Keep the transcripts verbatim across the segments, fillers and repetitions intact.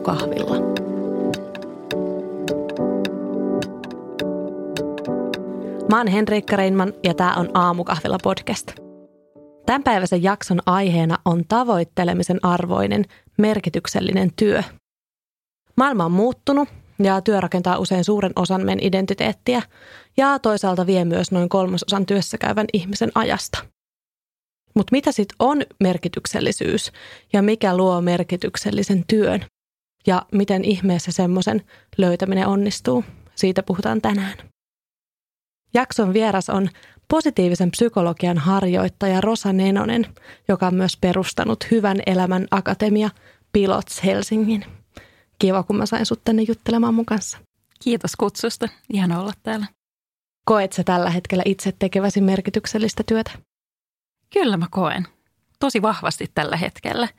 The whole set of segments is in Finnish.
Aamukahvilla. Mä oon Henriikka Reinman ja tää on Aamukahvilla podcast. Tämänpäiväisen jakson aiheena on tavoittelemisen arvoinen, merkityksellinen työ. Maailma on muuttunut ja työ rakentaa usein suuren osan meidän identiteettiä ja toisaalta vie myös noin kolmasosan työssä käyvän ihmisen ajasta. Mutta mitä sitten on merkityksellisyys ja mikä luo merkityksellisen työn ja miten ihmeessä semmoisen löytäminen onnistuu? Siitä puhutaan tänään. Jakson vieras on positiivisen psykologian harjoittaja Rosa Nenonen, joka on myös perustanut Hyvän elämän akatemia Pilots Helsingin. Kiva, kun mä sain sut tänne juttelemaan mun kanssa. Kiitos kutsusta. Ihana olla täällä. Koet sä tällä hetkellä itse tekeväsi merkityksellistä työtä? Kyllä mä koen. Tosi vahvasti tällä hetkellä.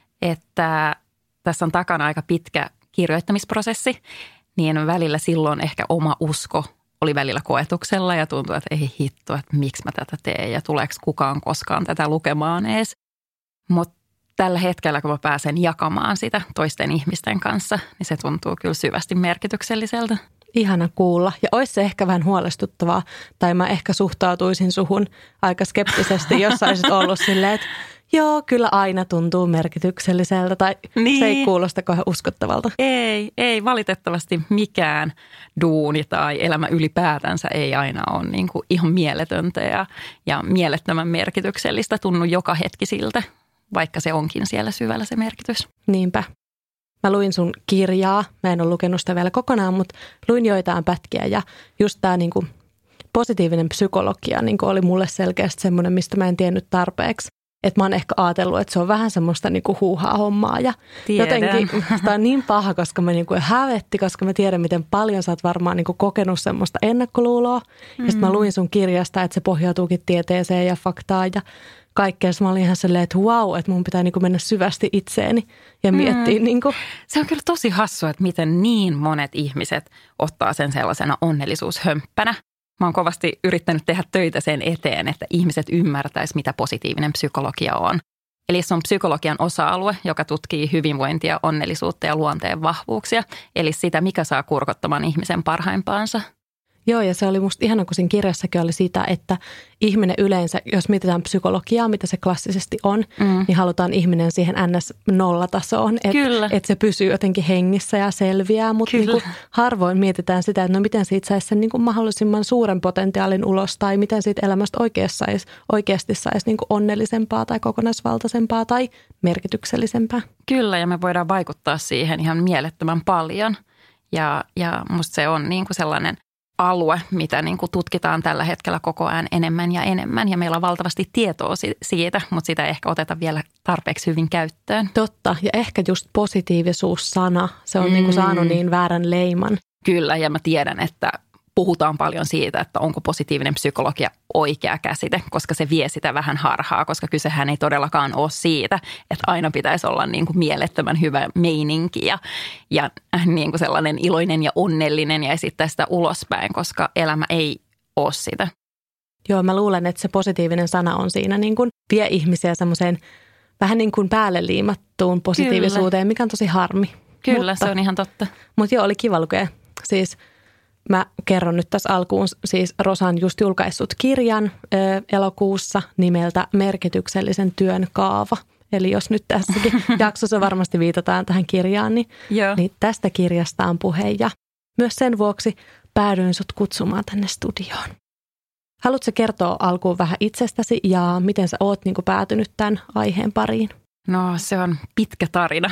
Että tässä on takana aika pitkä kirjoittamisprosessi, niin välillä silloin ehkä oma usko oli välillä koetuksella ja tuntui, että ei hitto, että miksi mä tätä teen ja tuleeko kukaan koskaan tätä lukemaan ees. Mutta tällä hetkellä, kun mä pääsen jakamaan sitä toisten ihmisten kanssa, niin se tuntuu kyllä syvästi merkitykselliseltä. Ihana kuulla. Ja olisi se ehkä vähän huolestuttavaa, tai mä ehkä suhtautuisin suhun aika skeptisesti, jos olisit ollut silleen, että joo, kyllä aina tuntuu merkitykselliseltä, tai niin. Se ei kuulosta kauhean uskottavalta. Ei, ei valitettavasti mikään duuni tai elämä ylipäätänsä ei aina ole niin kuin ihan mieletöntä ja, ja mielettömän merkityksellistä tunnu joka hetki siltä, vaikka se onkin siellä syvällä se merkitys. Niinpä. Mä luin sun kirjaa, mä en ole lukenut sitä vielä kokonaan, mutta luin joitain pätkiä ja just tää niinku positiivinen psykologia niinku oli mulle selkeästi semmoinen, mistä mä en tiennyt tarpeeksi. Että mä oon ehkä ajatellut, että se on vähän semmoista niinku huuhaa hommaa ja Tiedän. Jotenkin tämä on niin paha, koska mä niinku hävetti, koska mä tiedän, miten paljon sä oot varmaan niinku kokenut semmoista ennakkoluuloa. Mm. Ja sitten mä luin sun kirjasta, että se pohjautuukin tieteeseen ja faktaan ja kaikkea. Mä olin ihan silleen, että vau, että mun pitää niinku mennä syvästi itseeni ja miettiä. Mm. Niinku. Se on kyllä tosi hassua, että miten niin monet ihmiset ottaa sen sellaisena onnellisuushömppänä. Mä oon kovasti yrittänyt tehdä töitä sen eteen, että ihmiset ymmärtäis, mitä positiivinen psykologia on. Eli se on psykologian osa-alue, joka tutkii hyvinvointia, onnellisuutta ja luonteen vahvuuksia. Eli sitä, mikä saa kurkottamaan ihmisen parhaimpaansa. Joo, ja se oli musta ihana, kun siinä kirjassakin oli sitä, että ihminen yleensä, jos mietitään psykologiaa, mitä se klassisesti on, mm. niin halutaan ihminen siihen ns. Nollatasoon, että et se pysyy jotenkin hengissä ja selviää, mutta niin harvoin mietitään sitä, että no miten siitä saisi sen niin kuin mahdollisimman suuren potentiaalin ulos tai miten siitä elämästä oikeasti saisi, oikeasti saisi niin kuin onnellisempaa tai kokonaisvaltaisempaa tai merkityksellisempää. Kyllä, ja me voidaan vaikuttaa siihen ihan mielettömän paljon ja, ja musta se on niin kuin sellainen alue, mitä niin kuin tutkitaan tällä hetkellä koko ajan enemmän ja enemmän. Ja meillä on valtavasti tietoa siitä, mutta sitä ei ehkä oteta vielä tarpeeksi hyvin käyttöön. Totta. Ja ehkä just positiivisuus-sana, se on mm. niin kuin saanut niin väärän leiman. Kyllä, ja mä tiedän, että puhutaan paljon siitä, että onko positiivinen psykologia oikea käsite, koska se vie sitä vähän harhaa, koska kysehän ei todellakaan ole siitä, että aina pitäisi olla niin kuin mielettömän hyvä meininki ja, ja niin kuin sellainen iloinen ja onnellinen ja esittää sitä ulospäin, koska elämä ei ole sitä. Joo, mä luulen, että se positiivinen sana on siinä niin kuin vie ihmisiä semmoiseen vähän niin kuin päälle liimattuun positiivisuuteen, Kyllä. mikä on tosi harmi. Kyllä, mutta, se on ihan totta. Mutta joo, oli kiva lukea. Siis mä kerron nyt tässä alkuun, siis Rosa on just julkaissut kirjan ö, elokuussa nimeltä Merkityksellisen työn kaava. Eli jos nyt tässäkin jaksossa varmasti viitataan tähän kirjaan, niin, niin tästä kirjasta on puhe. Ja myös sen vuoksi päädyin sut kutsumaan tänne studioon. Haluatko kertoa alkuun vähän itsestäsi ja miten sä oot niin kuin päätynyt tämän aiheen pariin? No se on pitkä tarina.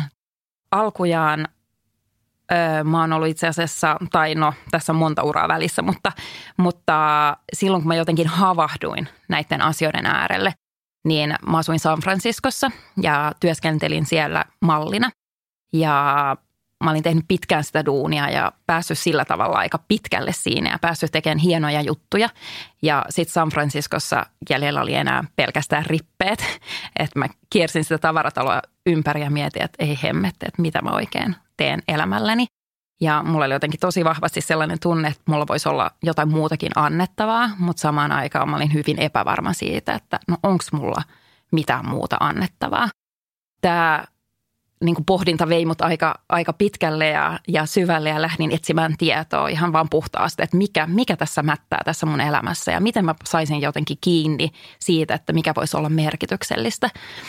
Alkujaan Mä oon ollut itse asiassa, tai no tässä on monta uraa välissä, mutta, mutta silloin kun mä jotenkin havahduin näiden asioiden äärelle, niin mä asuin San Franciscossa ja työskentelin siellä mallina. Ja mä olin tehnyt pitkään sitä duunia ja päässyt sillä tavalla aika pitkälle siinä ja päässyt tekemään hienoja juttuja. Ja sitten San Franciscossa jäljellä oli enää pelkästään rippeet, että mä kiersin sitä tavarataloa ympäri ja mietin, että ei hemmettä, että mitä mä oikein teen elämälläni. Ja mulla oli jotenkin tosi vahvasti sellainen tunne, että mulla voisi olla jotain muutakin annettavaa, mutta samaan aikaan mä olin hyvin epävarma siitä, että no onko mulla mitään muuta annettavaa. Tämä niin kuin pohdinta vei mut aika, aika pitkälle ja, ja syvälle ja lähdin etsimään tietoa ihan vaan puhtaasti, että mikä, mikä tässä mättää tässä mun elämässä ja miten mä saisin jotenkin kiinni siitä, että mikä voisi olla merkityksellistä.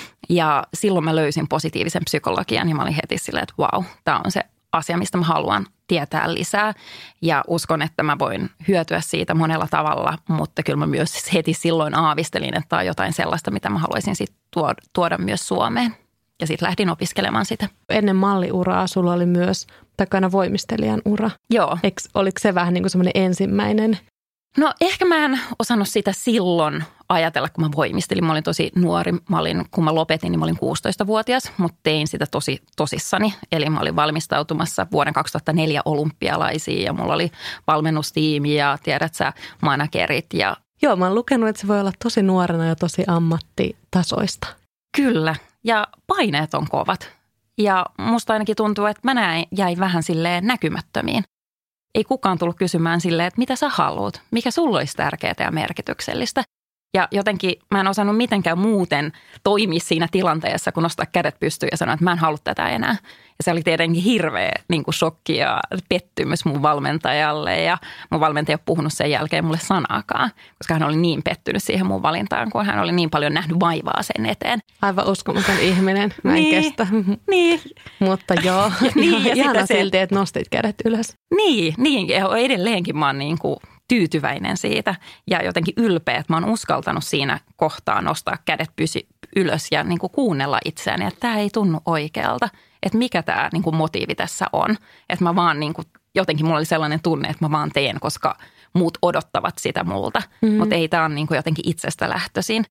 Ja silloin mä löysin positiivisen psykologian ja mä olin heti silleen, että vau, tämä on se asia, mistä mä haluan tietää lisää ja uskon, että mä voin hyötyä siitä monella tavalla, mutta kyllä mä myös heti silloin aavistelin, että tämä on jotain sellaista, mitä mä haluaisin sitten tuoda myös Suomeen. Ja sitten lähdin opiskelemaan sitä. Ennen malliuraa sulla oli myös takana voimistelijan ura. Joo. Eikö, oliko se vähän niin kuin semmoinen ensimmäinen? No ehkä mä en osannut sitä silloin ajatella, kun mä voimistelin. Mä olin tosi nuori. Mä olin, kun mä lopetin, niin mä olin kuusitoistavuotias, mutta tein sitä tosi tosissani. Eli mä olin valmistautumassa vuoden kaksituhattaneljä olympialaisiin ja mulla oli valmennustiimi ja tiedät sä, managerit. Ja... Joo, mä oon lukenut, että se voi olla tosi nuorena ja tosi ammattitasoista. Kyllä. Ja paineet on kovat. Ja musta ainakin tuntuu, että mä näin, jäin vähän silleen näkymättömiin. Ei kukaan tullut kysymään silleen, että mitä sä haluat, mikä sulla olisi tärkeää ja merkityksellistä. Ja jotenkin mä en osannut mitenkään muuten toimia siinä tilanteessa, kun nostaa kädet pystyyn ja sanoa, että mä en halua tätä enää. Ja se oli tietenkin hirveä niin kuin shokki ja pettymys mun valmentajalle. Ja mun valmentaja ei ole puhunut sen jälkeen mulle sanaakaan, koska hän oli niin pettynyt siihen mun valintaan, kun hän oli niin paljon nähnyt vaivaa sen eteen. Aivan uskomaton ihminen, mä en niin, kestä. Niin. Mutta joo, niin, ja ihana se... silti, että nostit kädet ylös. Niin, niin edelleenkin mä oon niin kuin tyytyväinen siitä ja jotenkin ylpeä, että mä oon uskaltanut siinä kohtaa nostaa kädet pysy ylös ja niin kuin kuunnella itseäni, että tämä ei tunnu oikealta, että mikä tämä niin kuin motiivi tässä on. Että mä vaan niin kuin, jotenkin mulla oli sellainen tunne, että mä vaan teen, koska muut odottavat sitä multa, mm-hmm. mutta ei tämä ole niin kuin jotenkin itsestä lähtöisin.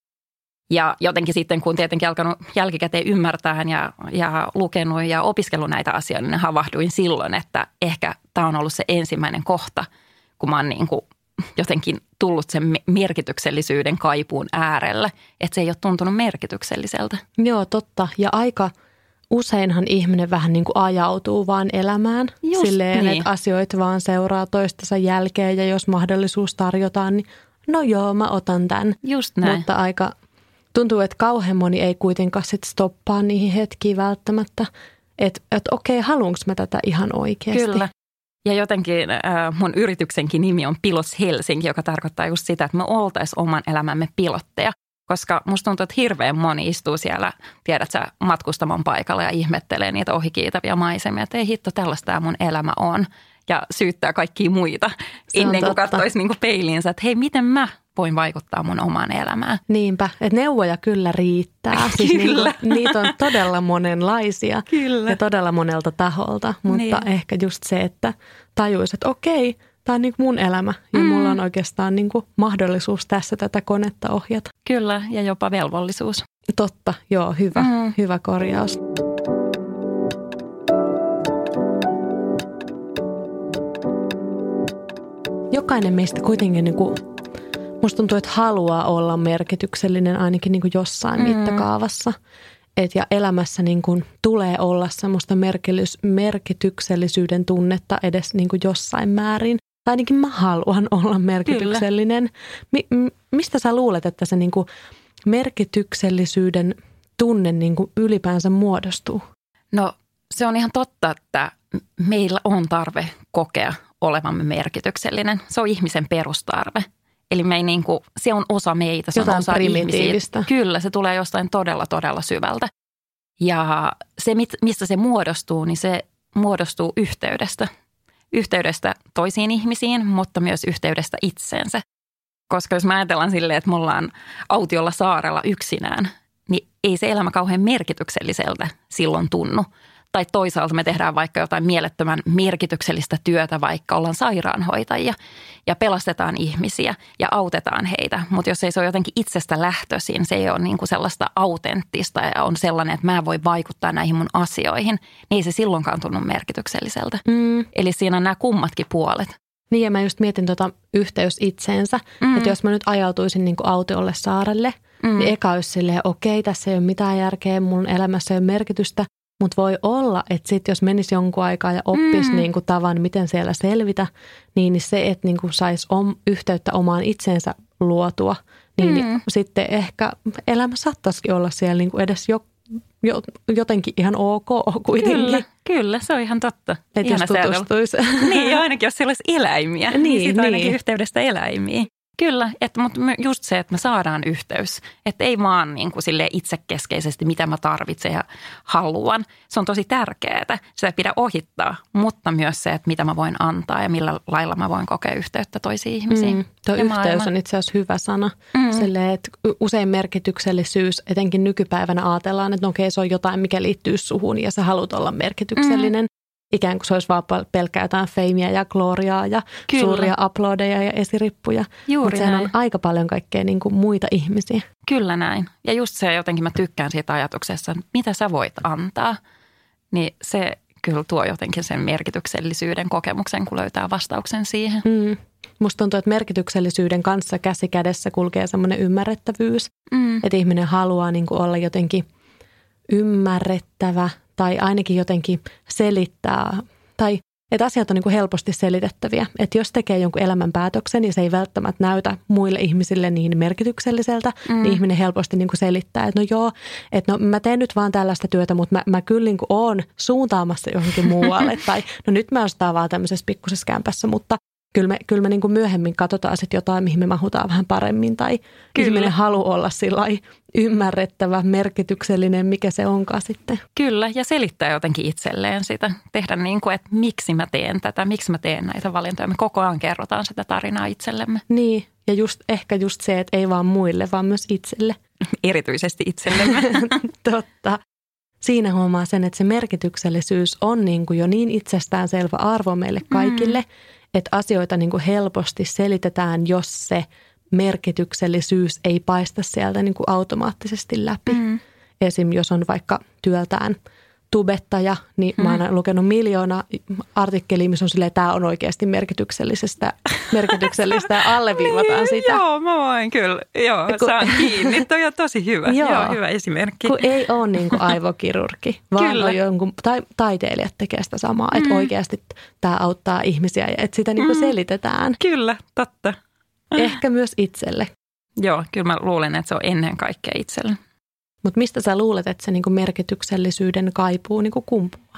Ja jotenkin sitten, kun tietenkin alkanut jälkikäteen ymmärtää ja, ja lukenut ja opiskellut näitä asioita, niin havahduin silloin, että ehkä tämä on ollut se ensimmäinen kohta, kun mä oon niin kuin jotenkin tullut sen merkityksellisyyden kaipuun äärelle, että se ei ole tuntunut merkitykselliseltä. Joo, totta. Ja aika useinhan ihminen vähän niin kuin ajautuu vaan elämään. Just silleen, niin. että asioita vaan seuraa toistensa jälkeen ja jos mahdollisuus tarjotaan, niin no joo, mä otan tämän. Just näin. Mutta aika tuntuu, että kauhean moni ei kuitenkaan sit stoppaa niihin hetkiin välttämättä, että, että okei, haluanko mä tätä ihan oikeasti? Kyllä. Ja jotenkin äh, mun yrityksenkin nimi on Pilots Helsinki, joka tarkoittaa just sitä, että me oltaisiin oman elämämme pilotteja. Koska musta tuntuu, että hirveän moni istuu siellä, tiedät sä, matkustaman paikalla ja ihmettelee niitä ohikiitäviä maisemia. Että ei hitto, tällaista tämä mun elämä on. Ja syyttää kaikkia muita ennen kuin katsoisi niinku peiliinsä, että hei, miten mä voin vaikuttaa mun omaan elämään. Niinpä, että neuvoja kyllä riittää. Siis kyllä. Niinku, niitä on todella monenlaisia kyllä. ja todella monelta taholta. Mutta niin. ehkä just se, että tajuisi, että okei, tämä on niinku mun elämä ja mm. mulla on oikeastaan niinku mahdollisuus tässä tätä konetta ohjata. Kyllä, ja jopa velvollisuus. Totta, joo, hyvä, mm. hyvä korjaus. Jokainen meistä kuitenkin, niin kuin, musta tuntuu, että haluaa olla merkityksellinen ainakin niin kuin jossain mm. mittakaavassa. Et ja elämässä niin kuin, tulee olla semmoista merkityksellisyyden tunnetta edes niin kuin jossain määrin. Tai ainakin mä haluan olla merkityksellinen. Mi- mistä sä luulet, että se niin kuin, merkityksellisyyden tunne niin kuin, ylipäänsä muodostuu? No se on ihan totta, että meillä on tarve kokea olevamme merkityksellinen. Se on ihmisen perustarve. Eli me ei niin kuin, se on osa meitä, se jotain on osa primitiivistä. Ihmisiä. Kyllä, se tulee jostain todella, todella syvältä. Ja se, mistä se muodostuu, niin se muodostuu yhteydestä. Yhteydestä toisiin ihmisiin, mutta myös yhteydestä itseensä. Koska jos mä ajatellaan silleen, että me ollaan autiolla saarella yksinään, niin ei se elämä kauhean merkitykselliseltä silloin tunnu. Tai toisaalta me tehdään vaikka jotain mielettömän merkityksellistä työtä, vaikka ollaan sairaanhoitajia ja pelastetaan ihmisiä ja autetaan heitä. Mutta jos ei se ole jotenkin itsestä lähtöisin, se ei ole niin kuin sellaista autenttista ja on sellainen, että mä voin vaikuttaa näihin mun asioihin, niin ei se silloinkaan tunnu merkitykselliseltä. Mm. Eli siinä on nämä kummatkin puolet. Niin ja mä just mietin tota yhteys itseensä, mm. että jos mä nyt ajautuisin niin kuin autiolle saarelle, mm. niin eka olisi silleen, okei, tässä ei ole mitään järkeä, mun elämässä ei ole merkitystä. Mutta voi olla, että sitten jos menisi jonkun aikaa ja oppisi mm. niinku tavan, miten siellä selvitä, niin se, että niinku saisi om, yhteyttä omaan itseensä luotua, niin mm. sitten ehkä elämä saattaisikin olla siellä niinku edes jo, jotenkin ihan ok kuitenkin. Kyllä, kyllä, se on ihan totta. Että jos tutustuisi. Niin, ainakin jos siellä olisi eläimiä, niin, niin siitä ainakin niin. Yhteydestä eläimiin. Kyllä, että, mutta just se, että me saadaan yhteys, että ei vaan niin kuin silleen itsekeskeisesti, mitä mä tarvitsen ja haluan. Se on tosi tärkeää, sitä ei pidä ohittaa, mutta myös se, että mitä mä voin antaa ja millä lailla mä voin kokea yhteyttä toisiin ihmisiin. Mm, tuo yhteys maailman. On itse asiassa hyvä sana. Mm. Silleen, että usein merkityksellisyys, etenkin nykypäivänä ajatellaan, että no okei, se on jotain, mikä liittyy suhun ja sä haluat olla merkityksellinen. Mm. Ikään kuin se olisi vaan pelkkää jotain feimiä ja gloriaa ja Kyllä. suuria uploadeja ja esirippuja. Mutta sehän on aika paljon kaikkea niin kuin muita ihmisiä. Kyllä näin. Ja just se jotenkin mä tykkään siitä ajatuksessa, mitä sä voit antaa. Niin se kyllä tuo jotenkin sen merkityksellisyyden kokemuksen, kun löytää vastauksen siihen. Mm. Musta tuntuu, että merkityksellisyyden kanssa käsi kädessä kulkee semmoinen ymmärrettävyys. Mm. Että ihminen haluaa niin kuin olla jotenkin ymmärrettävä. Tai ainakin jotenkin selittää, tai että asiat on niin kuin helposti selitettäviä. Että jos tekee jonkun elämänpäätöksen ja se ei välttämättä näytä muille ihmisille niin merkitykselliseltä, mm. niin ihminen helposti niin kuin selittää, että no joo, että no mä teen nyt vaan tällaista työtä, mutta mä, mä kyllä niin kuin oon suuntaamassa johonkin muualle. Tai no nyt mä ostaan vaan tämmöisessä pikkusessa kämpässä, mutta kyllä me, kyllä me niin kuin myöhemmin katsotaan sitten jotain, mihin me mahutaan vähän paremmin. Tai kyllä. Ihminen haluaa olla sillai ymmärrettävä, merkityksellinen, mikä se onkaan sitten. Kyllä, ja selittää jotenkin itselleen sitä. Tehdä niin kuin, että miksi mä teen tätä, miksi mä teen näitä valintoja. Me koko ajan kerrotaan sitä tarinaa itsellemme. Niin, ja just, ehkä just se, että ei vaan muille, vaan myös itselle. Erityisesti itsellemme. Totta. Siinä huomaa sen, että se merkityksellisyys on niin kuin jo niin itsestäänselvä arvo meille kaikille, mm. että asioita niin kuin helposti selitetään, jos se merkityksellisyys ei paista sieltä niin kuin automaattisesti läpi. Mm. Esim. Jos on vaikka työltään tubettaja, niin mm. mä oon lukenut miljoona artikkelia, missä on silleen, että tämä on oikeasti merkityksellistä, merkityksellistä ja alleviivataan sitä. Joo, mä voin kyllä. Joo, kun, saan kiinni. Toi on tosi hyvä. Joo, joo hyvä esimerkki. Kun ei ole niin kuin aivokirurgi, vaan on jonkun, tai taiteilijat tekee sitä samaa, mm. että oikeasti tämä auttaa ihmisiä ja että sitä niin kuin mm. selitetään. Kyllä, totta. Ehkä myös itselle. Joo, kyllä mä luulen, että se on ennen kaikkea itselle. Mutta mistä sä luulet, että se niinku merkityksellisyyden kaipuu niinku kumpuaa?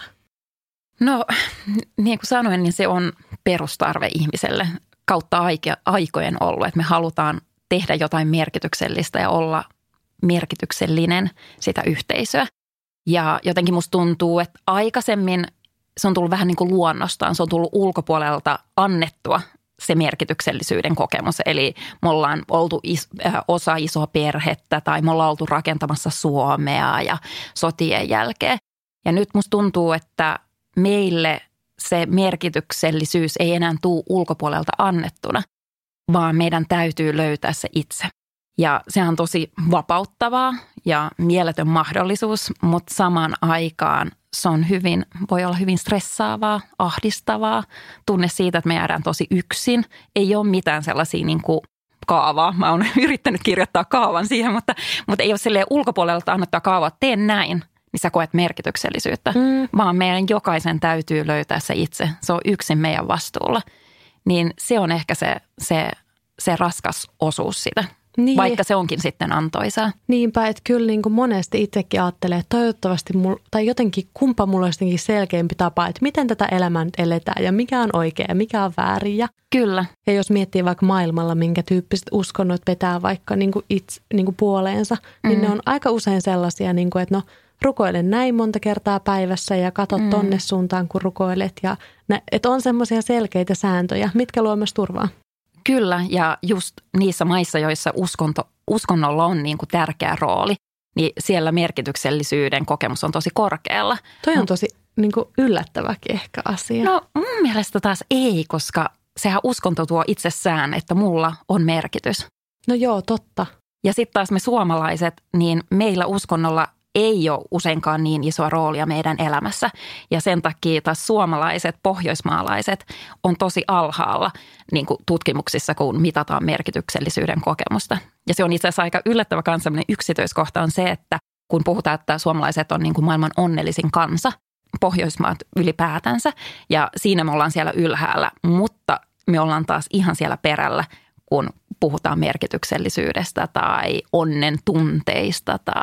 No, niin kuin sanoin, niin se on perustarve ihmiselle kautta aikojen ollut, että me halutaan tehdä jotain merkityksellistä ja olla merkityksellinen sitä yhteisöä. Ja jotenkin musta tuntuu, että aikaisemmin se on tullut vähän niin kuin luonnostaan, se on tullut ulkopuolelta annettua se merkityksellisyyden kokemus. Eli me ollaan oltu is, äh, osa isoa perhettä tai me ollaan oltu rakentamassa Suomea ja sotien jälkeen. Ja nyt musta tuntuu, että meille se merkityksellisyys ei enää tule ulkopuolelta annettuna, vaan meidän täytyy löytää se itse. Ja se on tosi vapauttavaa ja mieletön mahdollisuus, mutta samaan aikaan se on hyvin, voi olla hyvin stressaavaa, ahdistavaa. Tunne siitä, että me jäädään tosi yksin. Ei ole mitään sellaisia niin kuin kaavaa. Mä oon yrittänyt kirjoittaa kaavan siihen, mutta, mutta ei ole silleen ulkopuolelta annettua kaavaa, että tee näin, niin sä koet merkityksellisyyttä. Mm. Vaan meidän jokaisen täytyy löytää se itse. Se on yksin meidän vastuulla. Niin se on ehkä se, se, se raskas osuus sitä. Niin. Vaikka se onkin sitten antoisaa. Niinpä, että kyllä niin kuin monesti itsekin ajattelee, että toivottavasti, mulla, tai jotenkin kumpa mulla olisi jotenkin selkeämpi tapa, että miten tätä elämää nyt eletään ja mikä on oikea ja mikä on väärin. Ja, kyllä. Ja jos miettii vaikka maailmalla, minkä tyyppiset uskonnot vetää vaikka niin kuin itse, niin kuin puoleensa, mm. niin ne on aika usein sellaisia, niin kuin, että no rukoile näin monta kertaa päivässä ja katso mm. tonne suuntaan, kun rukoilet. Ja, että on semmoisia selkeitä sääntöjä, mitkä luo myös turvaa. Kyllä, ja just niissä maissa, joissa uskonto, uskonnolla on niin kuin tärkeä rooli, niin siellä merkityksellisyyden kokemus on tosi korkealla. Toi on tosi niin kuin yllättäväkin ehkä asia. No mun mielestä taas ei, koska sehän uskonto tuo itsessään, että mulla on merkitys. No joo, totta. Ja sitten taas me suomalaiset, niin meillä uskonnolla ei ole useinkaan niin isoa roolia meidän elämässä. Ja sen takia taas suomalaiset, pohjoismaalaiset on tosi alhaalla niin kuin tutkimuksissa, kun mitataan merkityksellisyyden kokemusta. Ja se on itse asiassa aika yllättävä kanssa, sellainen yksityiskohta on se, että kun puhutaan, että suomalaiset on niin kuin maailman onnellisin kansa, Pohjoismaat ylipäätänsä, ja siinä me ollaan siellä ylhäällä, mutta me ollaan taas ihan siellä perällä, kun puhutaan merkityksellisyydestä tai onnen tunteista tai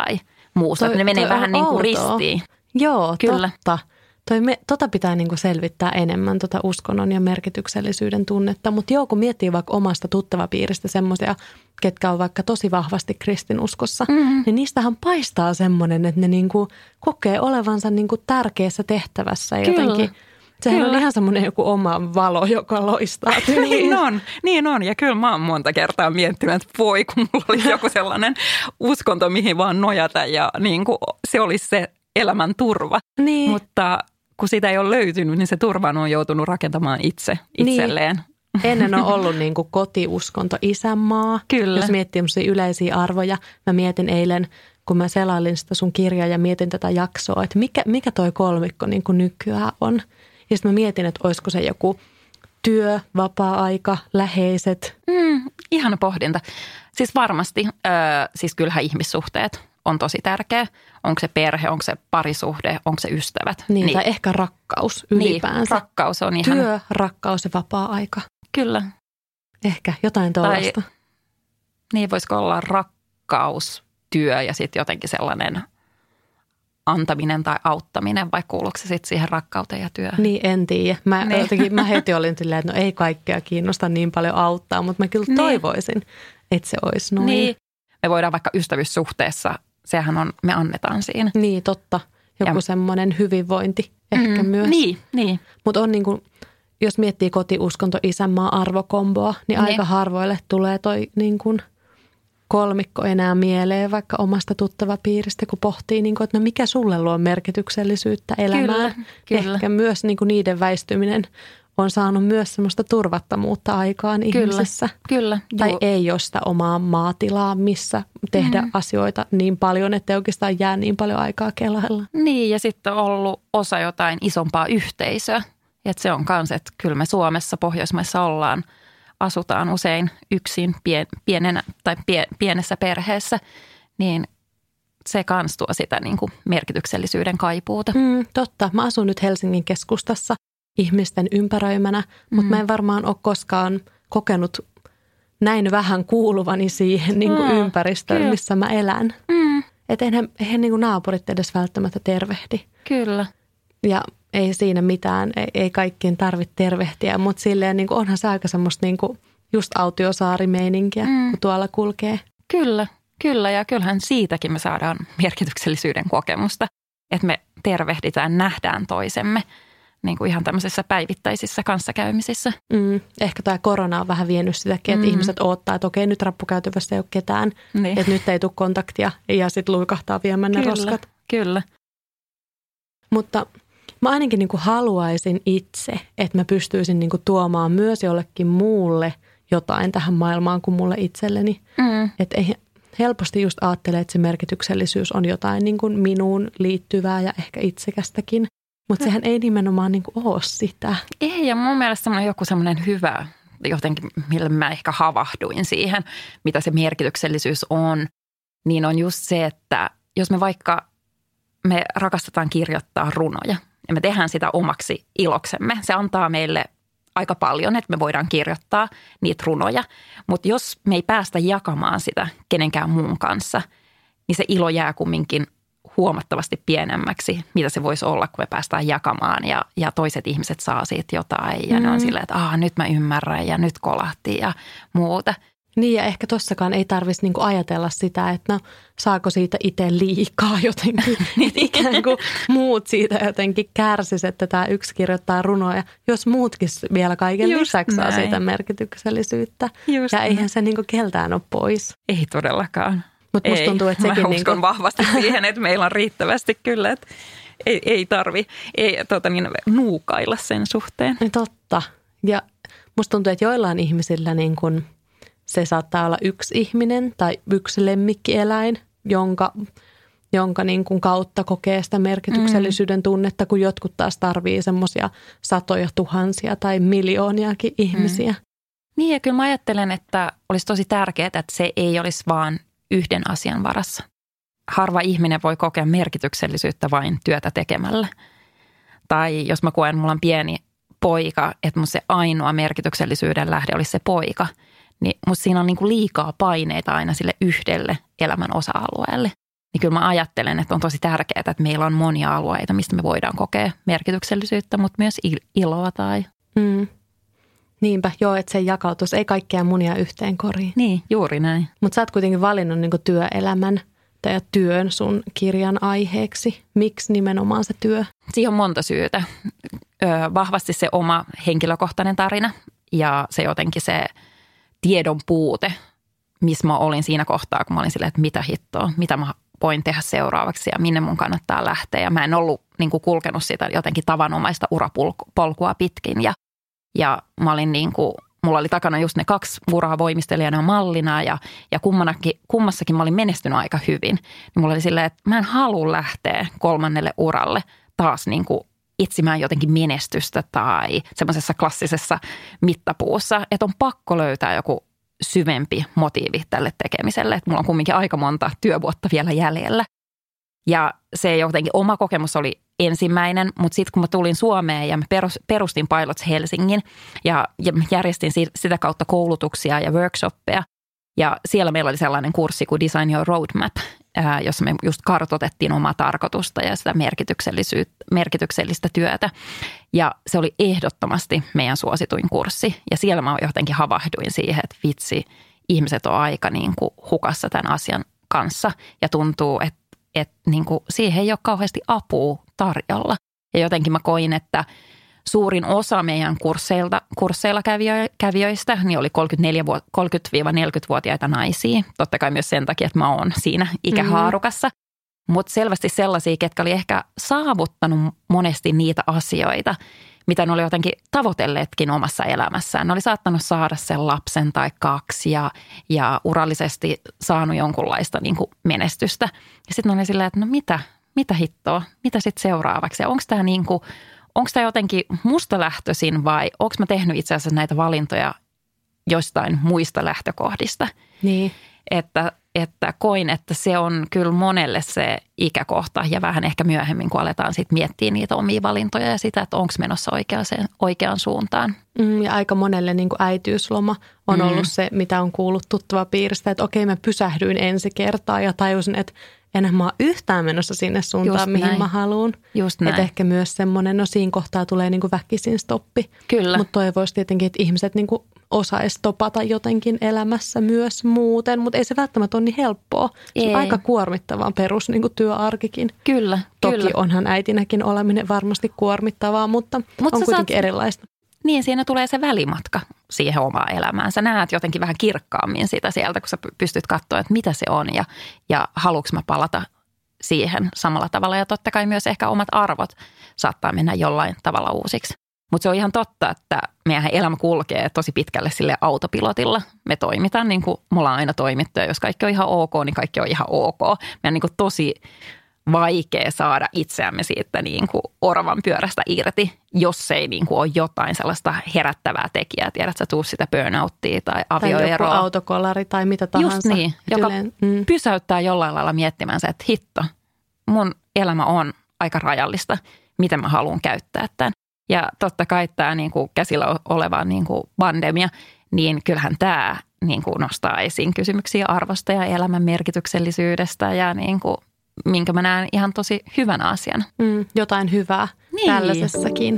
muusta. Toi, ne menee vähän niin kuin ristiin. Joo, Kyllä. totta. Toi me, tota pitää niinku selvittää enemmän, tota uskonnon ja merkityksellisyyden tunnetta. Mutta joo, kun miettii vaikka omasta tuttavapiiristä semmoisia, ketkä on vaikka tosi vahvasti kristinuskossa, mm-hmm. niin niistähän paistaa semmoinen, että ne niinku kokee olevansa niinku tärkeässä tehtävässä. Kyllä. Jotenkin. Sehän kyllä. on ihan semmoinen joku oma valo, joka loistaa. Niin on, niin on. Ja kyllä mä oon monta kertaa miettinyt, että voi, kun mulla olisi joku sellainen uskonto, mihin vaan nojata ja niin kuin se olisi se elämän turva. Niin. Mutta kun sitä ei ole löytynyt, niin se turvan on joutunut rakentamaan itse itselleen. Niin. Ennen on ollut niin kuin kotiuskonto, isänmaa. Kyllä. Jos miettii yleisiä arvoja. Mä mietin eilen, kun mä selailin sitä sun kirjaa ja mietin tätä jaksoa, että mikä, mikä toi kolmikko niin kuin nykyään on. Ja sitten mä mietin, että olisiko se joku työ, vapaa-aika, läheiset. Mm, ihana pohdinta. Siis varmasti, äh, siis kyllähän ihmissuhteet on tosi tärkeä. Onko se perhe, onko se parisuhde, onko se ystävät. Niin, niin. Tai ehkä rakkaus ylipäänsä. Niin, rakkaus on ihan. Työ, rakkaus ja vapaa-aika. Kyllä. Ehkä jotain tuollaista. Tai, niin, voisiko olla rakkaus, työ ja sitten jotenkin sellainen antaminen tai auttaminen, vai kuuluuko se sitten siihen rakkauteen ja työhön? Niin, en tiedä. Mä, niin. jotenkin, mä heti olin silleen, että no ei kaikkea kiinnosta niin paljon auttaa, mutta mä kyllä niin. toivoisin, että se olisi noin. Niin. Me voidaan vaikka ystävyyssuhteessa, sehän on, me annetaan siinä. Niin, totta. Joku ja semmoinen hyvinvointi ehkä mm, myös. Niin, niin. Mutta on niin kuin, jos miettii kotiuskonto, isänmaa, arvokomboa, niin, niin aika harvoille tulee toi niin kuin kolmikko enää mieleen vaikka omasta tuttavapiiristä, kun pohtii, niin kuin, että no mikä sulle luo merkityksellisyyttä elämään. Kyllä, kyllä. Ehkä myös niin kuin niiden väistyminen on saanut myös semmoista turvattomuutta aikaan kyllä, ihmisissä. Kyllä. Tai Joo. ei ole sitä omaa maatilaa, missä tehdä mm. asioita niin paljon, että ei oikeastaan jää niin paljon aikaa kelailla. Niin, ja sitten on ollut osa jotain isompaa yhteisöä. Että se on kans, että kyllä me Suomessa, Pohjoismaissa ollaan, asutaan usein yksin pien, pienenä tai pie, pienessä perheessä, niin se kans tuo sitä niin kuin merkityksellisyyden kaipuuta. Mm, totta. Mä asun nyt Helsingin keskustassa ihmisten ympäröimänä, mutta mm. mä en varmaan ole koskaan kokenut näin vähän kuuluvani siihen niin kuin mm, ympäristöön, kyllä. missä mä elän. Mm. Että eihän, eihän niin kuin naapurit edes välttämättä tervehdi. Kyllä. Ja ei siinä mitään, ei, ei kaikkien tarvitse tervehtiä, mutta silleen niin kuin onhan se aika semmoista niin kuin just autiosaarimeininkiä, mm. kun tuolla kulkee. Kyllä, kyllä ja kyllähän siitäkin me saadaan merkityksellisyyden kokemusta, että me tervehditään, nähdään toisemme niin kuin ihan tämmöisissä päivittäisissä kanssakäymisissä. Mm. Ehkä tämä korona on vähän vienyt sitäkin, että mm. ihmiset odottaa, että okei nyt rappukäytävässä ei ole ketään, niin. että nyt ei tule kontaktia ja sitten luikahtaa viemään ne roskat. Kyllä. Mutta mä ainakin niin kuin haluaisin itse, että mä pystyisin niin kuin tuomaan myös jollekin muulle jotain tähän maailmaan kuin mulle itselleni. Mm. Että ei helposti just ajattele, että se merkityksellisyys on jotain niin kuin minuun liittyvää ja ehkä itsekästäkin. Mutta sehän ei nimenomaan niin kuin ole sitä. Ei, ja mun mielestä semmoinen joku semmoinen hyvä, jotenkin millä mä ehkä havahduin siihen, mitä se merkityksellisyys on, niin on just se, että jos me vaikka me rakastetaan kirjoittaa runoja ja me tehdään sitä omaksi iloksemme, se antaa meille aika paljon, että me voidaan kirjoittaa niitä runoja, mutta jos me ei päästä jakamaan sitä kenenkään muun kanssa, niin se ilo jää kumminkin huomattavasti pienemmäksi, mitä se voisi olla, kun me päästään jakamaan ja, ja toiset ihmiset saa siitä jotain ja mm. ne on silleen, että Aa, nyt mä ymmärrän ja nyt kolahti ja muuta. Niin ja ehkä tossakaan ei tarvitsisi niinku ajatella sitä, että no saako siitä itse liikaa jotenkin, että ikään kuin muut siitä jotenkin kärsisi, että tämä yksi kirjoittaa runoja, jos muutkin vielä kaiken Just lisäksi näin. Saa siitä merkityksellisyyttä. Just ja eihän näin. Se niinku keltään ole pois. Ei todellakaan. Mutta musta tuntuu, että sekin mä uskon niin kuin vahvasti siihen, että meillä on riittävästi kyllä, että ei, ei tarvi ei, tota niin, nuukailla sen suhteen. Totta. Ja musta tuntuu, että joillain ihmisillä niin kuin se saattaa olla yksi ihminen tai yksi lemmikkieläin, jonka, jonka niin kuin kautta kokee sitä merkityksellisyyden tunnetta, kun jotkut taas tarvii semmoisia satoja tuhansia tai miljooniakin ihmisiä. Mm. Niin ja kyllä mä ajattelen, että olisi tosi tärkeää, että se ei olisi vaan yhden asian varassa. Harva ihminen voi kokea merkityksellisyyttä vain työtä tekemällä. Tai jos mä koen, mulla on pieni poika, että mun se ainoa merkityksellisyyden lähde olisi se poika, niin musta siinä on niin kuin liikaa paineita aina sille yhdelle elämän osa-alueelle. niin kyllä mä ajattelen, että on tosi tärkeää, että meillä on monia alueita, mistä me voidaan kokea merkityksellisyyttä, mutta myös iloa tai... Mm. Niinpä, joo, että se jakautus, ei kaikkea munia yhteen koriin. Niin, juuri näin. Mutta sä oot kuitenkin valinnut niinku työelämän tai työn sun kirjan aiheeksi. Miksi nimenomaan se työ? Siihen on monta syytä. Ö, vahvasti se oma henkilökohtainen tarina ja se jotenkin se tiedon puute, missä mä olin siinä kohtaa, kun mä olin silleen, että mitä hittoa, mitä mä voin tehdä seuraavaksi ja minne mun kannattaa lähteä. Ja mä en ollut niin kuin kulkenut sitä jotenkin tavanomaista urapolkua pitkin ja, ja mä olin niin kuin, mulla oli takana just ne kaksi uraa voimistelijana mallina ja, ja kummassakin mä olin menestynyt aika hyvin. Niin mulla oli silleen, että mä en halua lähteä kolmannelle uralle taas niin kuin etsimään jotenkin menestystä tai semmoisessa klassisessa mittapuussa, että on pakko löytää joku syvempi motiivi tälle tekemiselle. Että mulla on kumminkin aika monta työvuotta vielä jäljellä. Ja se jotenkin oma kokemus oli ensimmäinen, mutta sitten kun mä tulin Suomeen ja mä perustin Pilots Helsingin ja, ja järjestin sitä kautta koulutuksia ja workshoppeja. Ja siellä meillä oli sellainen kurssi kuin Design Your Roadmap, jossa me just kartoitettiin omaa tarkoitusta ja sitä merkityksellistä työtä. Ja se oli ehdottomasti meidän suosituin kurssi. Ja siellä mä jotenkin havahduin siihen, että vitsi, ihmiset on aika niin kuin hukassa tämän asian kanssa. Ja tuntuu, että, että niin kuin siihen ei ole kauheasti apua tarjolla. Ja jotenkin mä koin, että suurin osa meidän kursseilta, kursseilla kävijöistä niin oli kolmekymmentä-neljäkymmentävuotiaita naisia. Totta kai myös sen takia, että mä oon siinä ikähaarukassa. Mm-hmm. Mutta selvästi sellaisia, ketkä oli ehkä saavuttanut monesti niitä asioita, mitä ne oli jotenkin tavoitelleetkin omassa elämässään. Ne oli saattanut saada sen lapsen tai kaksi ja, ja urallisesti saanut jonkunlaista niin kuin menestystä. Ja sitten oli silleen, että no mitä, mitä hittoa, mitä sitten seuraavaksi? Ja onko tämä niin kuin... Onko tämä jotenkin musta lähtöisin vai onko mä tehnyt itse asiassa näitä valintoja jostain muista lähtökohdista? Niin. Että, että koin, että se on kyllä monelle se ikäkohta ja vähän ehkä myöhemmin, kun aletaan sitten miettiä niitä omia valintoja ja sitä, että onko menossa oikeaan, oikeaan suuntaan. Mm, ja aika monelle niin kuin äitiysloma on mm. ollut se, mitä on kuullut tuttava piiristä, että okei, mä pysähdyin ensi kertaa ja tajusin, että enää mä oon yhtään menossa sinne suuntaan, just mihin näin. Mä haluun. Että ehkä myös semmoinen, no siinä kohtaa tulee niin kuin väkisin stoppi. Kyllä. Mutta toivoisi tietenkin, että ihmiset niin kuin osaisi topata jotenkin elämässä myös muuten. Mutta ei se välttämättä ole niin helppoa. Se on aika kuormittavaa perus niin kuin työarkikin. Kyllä, Toki kyllä. onhan äitinäkin oleminen varmasti kuormittavaa, mutta Mut on kuitenkin saat... erilaista. Niin, siinä tulee se välimatka siihen omaan elämään. Sä näet jotenkin vähän kirkkaammin sitä sieltä, kun sä pystyt katsoa, että mitä se on ja, ja haluanko mä palata siihen samalla tavalla. Ja totta kai myös ehkä omat arvot saattaa mennä jollain tavalla uusiksi. Mutta se on ihan totta, että meidän elämä kulkee tosi pitkälle sille autopilotilla. Me toimitaan niin kuin me ollaan aina toimittu ja jos kaikki on ihan ok, niin kaikki on ihan ok. Meidän niin kuin tosi... vaikea saada itseämme siitä niin kuin oravan pyörästä irti, jos ei niin kuin ole jotain sellaista herättävää tekijää. Tiedät, sä tuu sitä burnouttia tai avioeroa. Tai joku autokollari tai mitä tahansa. Just niin, joka yleen, mm. pysäyttää jollain lailla miettimään se, että hitto, mun elämä on aika rajallista, miten mä haluan käyttää tämän. Ja totta kai tämä niin kuin käsillä oleva niin kuin pandemia, niin kyllähän tämä niin kuin nostaa esiin kysymyksiä arvosta ja elämän merkityksellisyydestä ja niin kuin minkä mä näen ihan tosi hyvänä asiana. Mm, jotain hyvää niin. Tällaisessakin.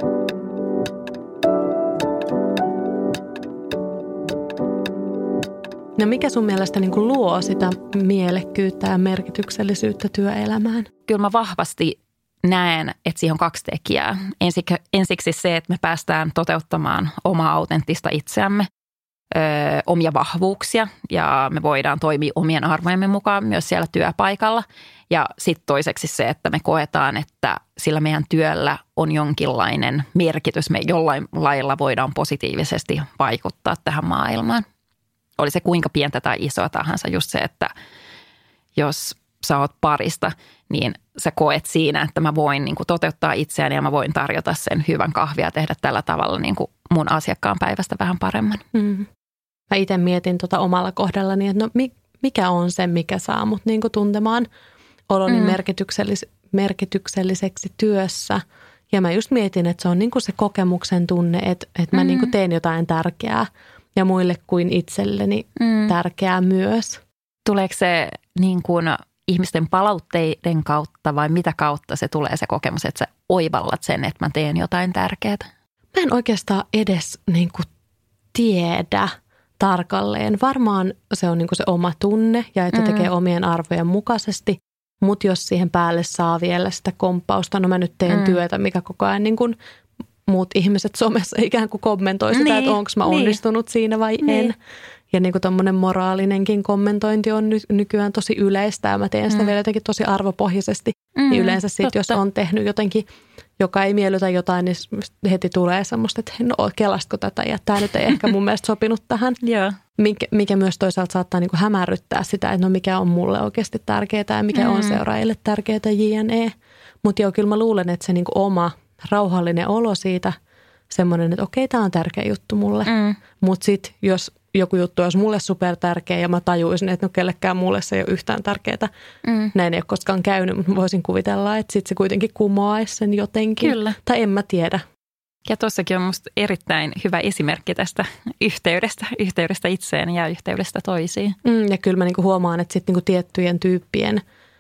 No mikä sun mielestä niin kuin luo sitä mielekkyyttä ja merkityksellisyyttä työelämään? Kyllä mä vahvasti näen, että siihen on kaksi tekijää. Ensiksi, ensiksi se, että me päästään toteuttamaan omaa autenttista itseämme. Ö, omia vahvuuksia ja me voidaan toimia omien arvojemme mukaan myös siellä työpaikalla. Ja sitten toiseksi se, että me koetaan, että sillä meidän työllä on jonkinlainen merkitys. Me jollain lailla voidaan positiivisesti vaikuttaa tähän maailmaan. Oli se kuinka pientä tai isoa tahansa, just se, että jos sä oot parista, niin sä koet siinä, että mä voin niin kuin toteuttaa itseäni ja mä voin tarjota sen hyvän kahvia ja tehdä tällä tavalla niin kuin mun asiakkaan päivästä vähän paremman. Mm. Mä itse mietin tota omalla kohdallani, että no mikä on se, mikä saa mut niinku tuntemaan oloni mm. merkityksellis- merkitykselliseksi työssä. Ja mä just mietin, että se on niinku se kokemuksen tunne, että, että mä mm. niinku teen jotain tärkeää ja muille kuin itselleni mm. tärkeää myös. Tuleeko se niin kuin ihmisten palautteiden kautta vai mitä kautta se tulee se kokemus, että sä oivallat sen, että mä teen jotain tärkeää? Mä en oikeastaan edes niin kuin tiedä tarkalleen. Varmaan se on niin kuin se oma tunne ja että tekee mm. omien arvojen mukaisesti, mutta jos siihen päälle saa vielä sitä komppausta, no mä nyt teen mm. työtä, mikä koko ajan niin kuin muut ihmiset somessa ikään kuin kommentoi sitä, niin, että onko mä onnistunut niin. siinä vai niin. en. Ja niin kuin tommoinen moraalinenkin kommentointi on ny- nykyään tosi yleistä ja mä teen sitä mm. vielä jotenkin tosi arvopohjaisesti. Mm, niin yleensä sitten, jos on tehnyt jotenkin, joka ei miellytä jotain, niin heti tulee semmoista, että no kelastko tätä ja tämä nyt ei ehkä mun mielestä sopinut tähän. Yeah. Mikä, mikä myös toisaalta saattaa niin kuin hämärryttää sitä, että no mikä on mulle oikeasti tärkeää ja mikä mm. on seuraajille tärkeää jne. Mutta joo, kyllä mä luulen, että se niin kuin oma rauhallinen olo siitä, semmoinen, että okei, tämä on tärkeä juttu mulle. Mm. Mutta sitten jos joku juttu olisi mulle super tärkeä ja mä tajuisin, että no kellekään mulle se ei ole yhtään tärkeää. Mm. Näin ei ole koskaan käynyt, mutta voisin kuvitella, että sitten se kuitenkin kumoaisi sen jotenkin. Kyllä. Tai en mä tiedä. Ja tuossakin on musta erittäin hyvä esimerkki tästä yhteydestä, yhteydestä itseen ja yhteydestä toisiin. Mm, ja kyllä mä niinku huomaan, että sitten niinku tiettyjen tyyppien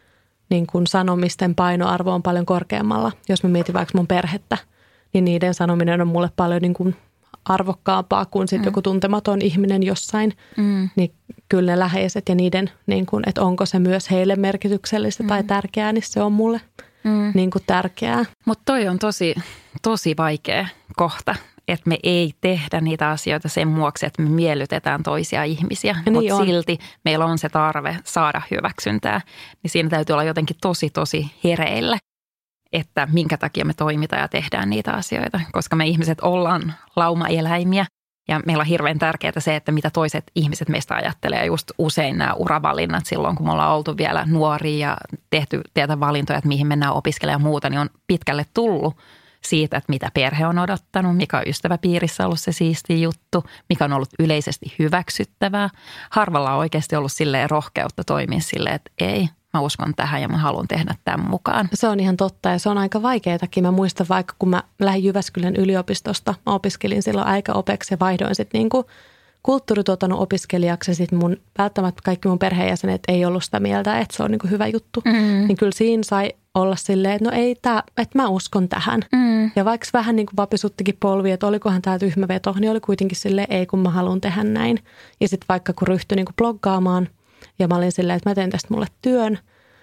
niinku sanomisten painoarvo on paljon korkeammalla. Jos mä mietin vaikka mun perhettä, niin niiden sanominen on mulle paljon niinku arvokkaampaa kuin sitten mm. joku tuntematon ihminen jossain. Mm. Niin kyllä ne läheiset ja niiden, niin kun, että onko se myös heille merkityksellistä mm. tai tärkeää, niin se on mulle mm. niin kuin tärkeää. Mutta toi on tosi, tosi vaikea kohta, että me ei tehdä niitä asioita sen vuoksi, että me miellytetään toisia ihmisiä, niin mutta silti meillä on se tarve saada hyväksyntää. Niin siinä täytyy olla jotenkin tosi, tosi hereillä, että minkä takia me toimitaan ja tehdään niitä asioita, koska me ihmiset ollaan laumaeläimiä ja meillä on hirveän tärkeää se, että mitä toiset ihmiset meistä ajattelee. Just usein nämä uravalinnat silloin, kun me ollaan oltu vielä nuoria ja tehty tietä valintoja, että mihin mennään opiskelemaan ja muuta, niin on pitkälle tullut siitä, että mitä perhe on odottanut, mikä on ystäväpiirissä ollut se siisti juttu, mikä on ollut yleisesti hyväksyttävää. Harvalla on oikeasti ollut silleen rohkeutta toimia silleen, että ei, mä uskon tähän ja mä haluan tehdä tämän mukaan. Se on ihan totta ja se on aika vaikeatakin. Mä muistan vaikka, kun mä lähdin Jyväskylän yliopistosta, mä opiskelin silloin aikaopeksi ja vaihdoin sitten niinku kulttuurituotannon opiskelijaksi ja sitten mun välttämättä kaikki mun perheenjäsenet ei ollut sitä mieltä, että se on niinku hyvä juttu. Mm. Niin kyllä siinä sai olla silleen, että no ei tää, että mä uskon tähän. Mm. Ja vaikka vähän niin kuin vapisuttikin polvi, että olikohan tämä tyhmä veto, niin oli kuitenkin silleen, ei kun mä haluan tehdä näin. Ja sitten vaikka kun ryhtyi niin kuin bloggaamaan ja mä olin silleen, että mä teen tästä mulle työn,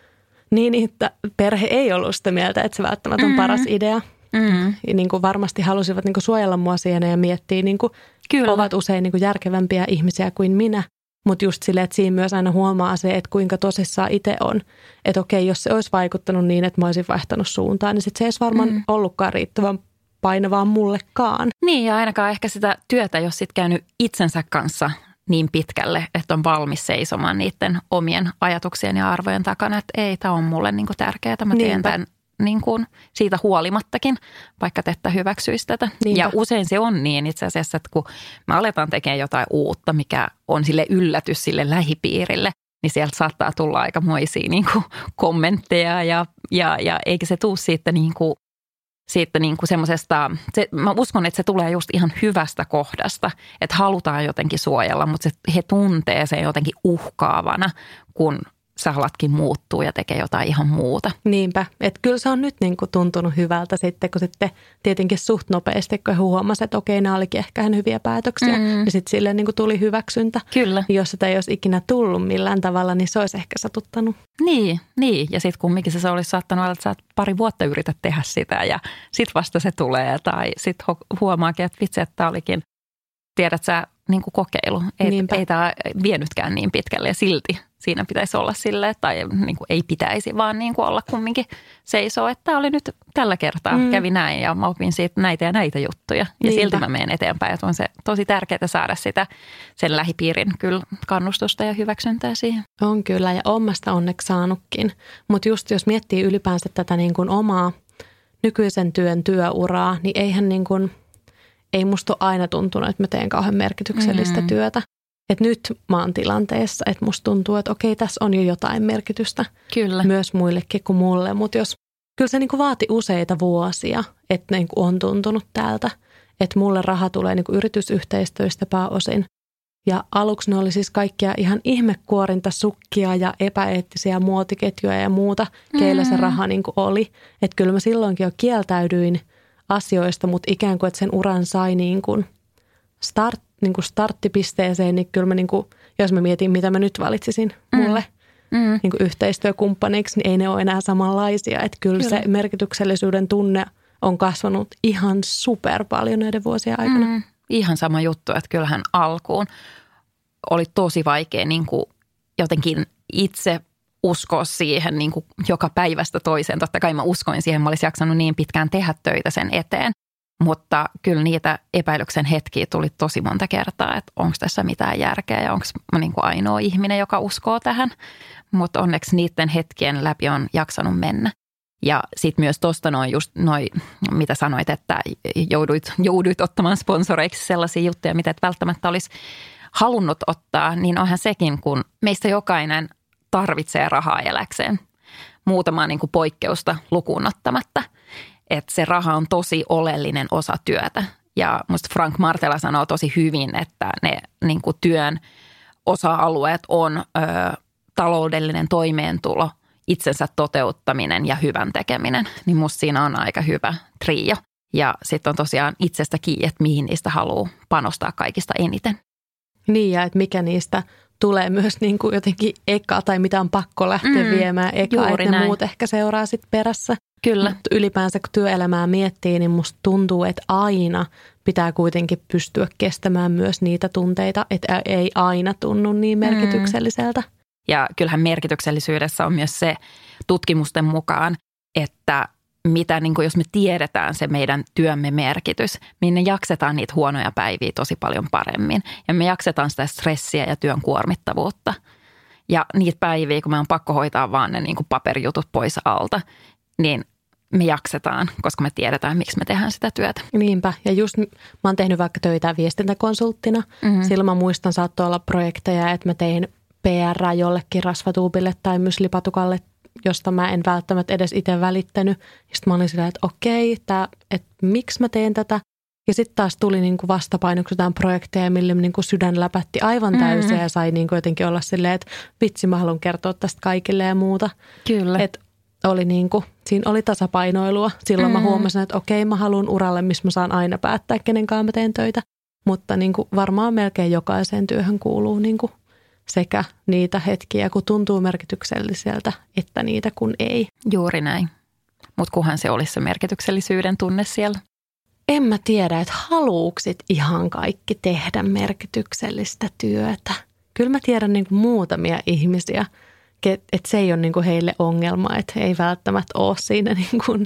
niin että perhe ei ollut sitä mieltä, että se välttämättä on mm. paras idea. Mm. Ja niin kuin varmasti halusivat niin kuin suojella mua siinä ja miettiä, niin kuin ovat usein niin kuin järkevämpiä ihmisiä kuin minä. Mutta just silleen, että siinä myös aina huomaa se, että kuinka tosissaan itse on. Että okei, jos se olisi vaikuttanut niin, että mä olisin vaihtanut suuntaan, niin sit se ei olisi varmaan mm. ollutkaan riittävän painavaa mullekaan. Niin ja ainakaan ehkä sitä työtä, jos sit käynyt itsensä kanssa niin pitkälle, että on valmis seisomaan niiden omien ajatuksien ja arvojen takana, että ei, tämä on mulle niinku tärkeää, mä teen Niinpä. tämän niin kuin siitä huolimattakin, vaikka Tetta hyväksyisi tätä. Niinpä. Ja usein se on niin itse asiassa, että kun me aletaan tekemään jotain uutta, mikä on sille yllätys sille lähipiirille, niin sieltä saattaa tulla aikamoisia niin kuin kommentteja ja, ja, ja eikä se tule siitä niin kuin siitä niin kuin semmoisesta, se, mä uskon, että se tulee just ihan hyvästä kohdasta, että halutaan jotenkin suojella, mutta se, he tuntee sen jotenkin uhkaavana, kun sä alatkin muuttuu ja tekee jotain ihan muuta. Niinpä, että kyllä se on nyt niin kuin tuntunut hyvältä sitten, kun sitten tietenkin suht nopeasti, kun he huomasivat, että okei, nämä olikin ehkä ihan hyviä päätöksiä, mm. niin sitten silleen niin kuin tuli hyväksyntä. Kyllä. Jos sitä ei olisi ikinä tullut millään tavalla, niin se olisi ehkä satuttanut. Niin, niin. Ja sitten kumminkin se olisi saattanut olla, että sä pari vuotta yrität tehdä sitä ja sitten vasta se tulee. Tai sitten huomaakin, että vitsi, että tämä olikin, tiedät sä, niin kuin kokeilu. Ei, ei tämä vienytkään niin pitkälle ja silti siinä pitäisi olla silleen, tai niin kuin ei pitäisi, vaan niin kuin olla kumminkin seisoo, että tämä oli nyt tällä kertaa, mm. kävi näin ja mä opin siitä näitä ja näitä juttuja. Ja Niinpä. silti mä menen eteenpäin, että on se tosi tärkeää saada sitä sen lähipiirin kyllä kannustusta ja hyväksyntää siihen. On kyllä ja ommasta onneksi saanutkin, mutta just jos miettii ylipäänsä tätä niin kuin omaa nykyisen työn työuraa, niin eihän niin kuin, ei musta ole aina tuntunut, että mä teen kauhean merkityksellistä mm. työtä. Että nyt mä oon tilanteessa, että musta tuntuu, että okei, tässä on jo jotain merkitystä. Kyllä. Myös muillekin kuin mulle. Mutta jos, kyllä se niinku vaati useita vuosia, että niinku on tuntunut tältä. Että mulle raha tulee niinku yritysyhteistyöstä pääosin. Ja aluksi ne oli siis kaikkia ihan ihmekuorintasukkia ja epäeettisiä muotiketjuja ja muuta, keillä se raha niin kuin oli. Että kyllä mä silloinkin jo kieltäydyin asioista, mutta ikään kuin, että sen uran sai niin kuin start, niin kuin starttipisteeseen, niin kyllä mä niin kuin, jos mä mietin, mitä mä nyt valitsisin mulle mm. Mm. Niin kuin yhteistyökumppaniksi, niin ei ne ole enää samanlaisia. Että kyllä, kyllä se merkityksellisyyden tunne on kasvanut ihan super paljon näiden vuosien aikana. Mm. Ihan sama juttu, että kyllähän alkuun oli tosi vaikea niin kuin jotenkin itse uskoa siihen niin kuin joka päivästä toiseen. Totta kai mä uskoin siihen, mä olisin jaksanut niin pitkään tehdä töitä sen eteen, mutta kyllä niitä epäilyksen hetkiä tuli tosi monta kertaa, että onko tässä mitään järkeä ja onko mä niin kuin ainoa ihminen, joka uskoo tähän. Mutta onneksi niiden hetkien läpi on jaksanut mennä. Ja sitten myös tuosta noin just noin, mitä sanoit, että jouduit, jouduit ottamaan sponsoreiksi sellaisia juttuja, mitä et välttämättä olisi halunnut ottaa, niin onhan sekin, kun meistä jokainen tarvitsee rahaa eläkseen. Muutamaa niin kuin poikkeusta lukuun ottamatta. Että se raha on tosi oleellinen osa työtä. Ja musta Frank Martela sanoo tosi hyvin, että ne niin kuin työn osa-alueet on ö, taloudellinen toimeentulo, itsensä toteuttaminen ja hyvän tekeminen, niin musta siinä on aika hyvä trio. Ja sitten on tosiaan itsestä kiinni, että mihin niistä haluaa panostaa kaikista eniten. Niin ja että mikä niistä tulee myös niin kuin jotenkin eka tai mitä on pakko lähteä mm, viemään eka, että ne muut ehkä seuraa sitten perässä. Kyllä. Mutta ylipäänsä kun työelämää miettii, niin musta tuntuu, että aina pitää kuitenkin pystyä kestämään myös niitä tunteita, että ei aina tunnu niin merkitykselliseltä. Mm. Ja kyllähän merkityksellisyydessä on myös se tutkimusten mukaan, että mitä, niin kuin jos me tiedetään se meidän työmme merkitys, niin ne jaksetaan niitä huonoja päiviä tosi paljon paremmin. Ja me jaksetaan sitä stressiä ja työn kuormittavuutta. Ja niitä päiviä, kun me on pakko hoitaa vaan ne niin kuin paperijutut pois alta, niin me jaksetaan, koska me tiedetään, miksi me tehdään sitä työtä. Niinpä. Ja just mä oon tehnyt vaikka töitä viestintäkonsulttina. Mm-hmm. Silloin mä muistan, saattoi olla projekteja, että mä tein P R jollekin rasvatuupille tai myslipatukalle, josta mä en välttämättä edes itse välittänyt. Sitten mä olin silleen, että okei, tää, että miksi mä teen tätä. Ja sitten taas tuli niinku vastapainoksi jotain projekteja, millä niinku sydän läpätti aivan täysin mm-hmm. ja sai niinku jotenkin olla silleen, että vitsi, mä haluan kertoa tästä kaikille ja muuta. Kyllä. Et oli niinku, siinä oli tasapainoilua. Silloin mm-hmm. mä huomasin, että okei, mä haluan uralle, missä mä saan aina päättää, kenen kanssa mä teen töitä. Mutta niinku varmaan melkein jokaiseen työhön kuuluu niinku sekä niitä hetkiä, kun tuntuu merkitykselliseltä, että niitä kun ei. Juuri näin. Mutta kunhan se olisi se merkityksellisyyden tunne siellä. En mä tiedä, että haluuksit ihan kaikki tehdä merkityksellistä työtä. Kyllä mä tiedän niin kuin muutamia ihmisiä, että se ei ole niin kuin heille ongelma, että he ei välttämättä ole siinä niin kuin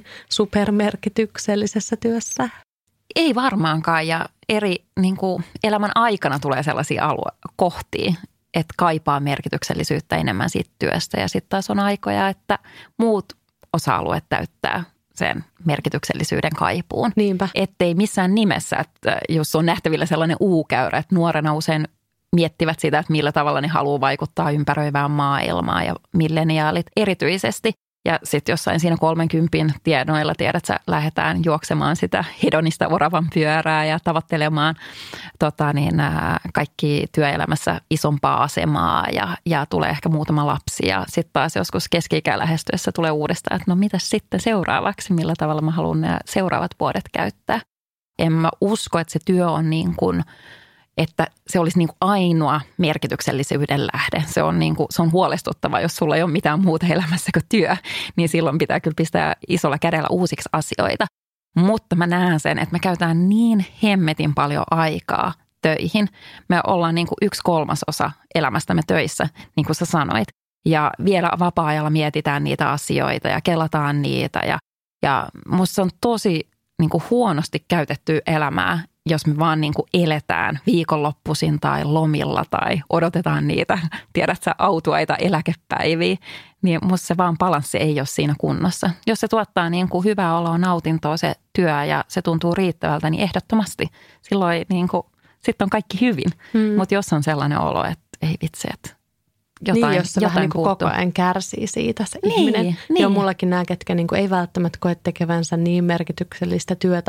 supermerkityksellisessä työssä. Ei varmaankaan ja eri niin kuin elämän aikana tulee sellaisia alue, kohtia, että kaipaa merkityksellisyyttä enemmän siitä työstä ja sitten taas on aikoja, että muut osa-alueet täyttää sen merkityksellisyyden kaipuun. Niinpä. Ettei missään nimessä, että jos on nähtävillä sellainen U-käyrä, että nuorena usein miettivät sitä, että millä tavalla ne haluaa vaikuttaa ympäröivään maailmaan ja milleniaalit erityisesti. Ja sitten jossain siinä kolmenkympin tienoilla tiedät, että lähdetään juoksemaan sitä hedonista oravan pyörää ja tavoittelemaan tota niin, kaikki työelämässä isompaa asemaa ja, ja tulee ehkä muutama lapsi. Ja sitten taas joskus keski-ikää lähestyessä tulee uudestaan, että no mitäs sitten seuraavaksi, millä tavalla mä haluan nämä seuraavat vuodet käyttää. En mä usko, että se työ on niin kuin että se olisi niin kuin ainoa merkityksellisyyden lähde. Se on, niin kuin, se on huolestuttava, jos sulla ei ole mitään muuta elämässä kuin työ, niin silloin pitää kyllä pistää isolla kädellä uusiksi asioita. Mutta mä näen sen, että me käytetään niin hemmetin paljon aikaa töihin. Me ollaan niin kuin yksi kolmasosa elämästämme töissä, niin kuin sä sanoit. Ja vielä vapaa-ajalla mietitään niitä asioita ja kelataan niitä. Ja, ja musta se on tosi niin kuin huonosti käytettyä elämää, jos me vaan niin kuin eletään viikonloppuisin tai lomilla tai odotetaan niitä, tiedät sä, autuaita eläkepäiviä, niin musta se vaan balanssi ei ole siinä kunnossa. Jos se tuottaa niin kuin hyvää oloa, nautintoa se työ ja se tuntuu riittävältä, niin ehdottomasti silloin niin kuin, sitten on kaikki hyvin. Mm. Mutta jos on sellainen olo, että ei vitsi, että jotain, niin, jos se jotain vähän niin koko ajan kärsii siitä se niin, ihminen. Niin. Joo, mullakin nämä, ketkä niin kuin ei välttämättä koe tekevänsä niin merkityksellistä työtä,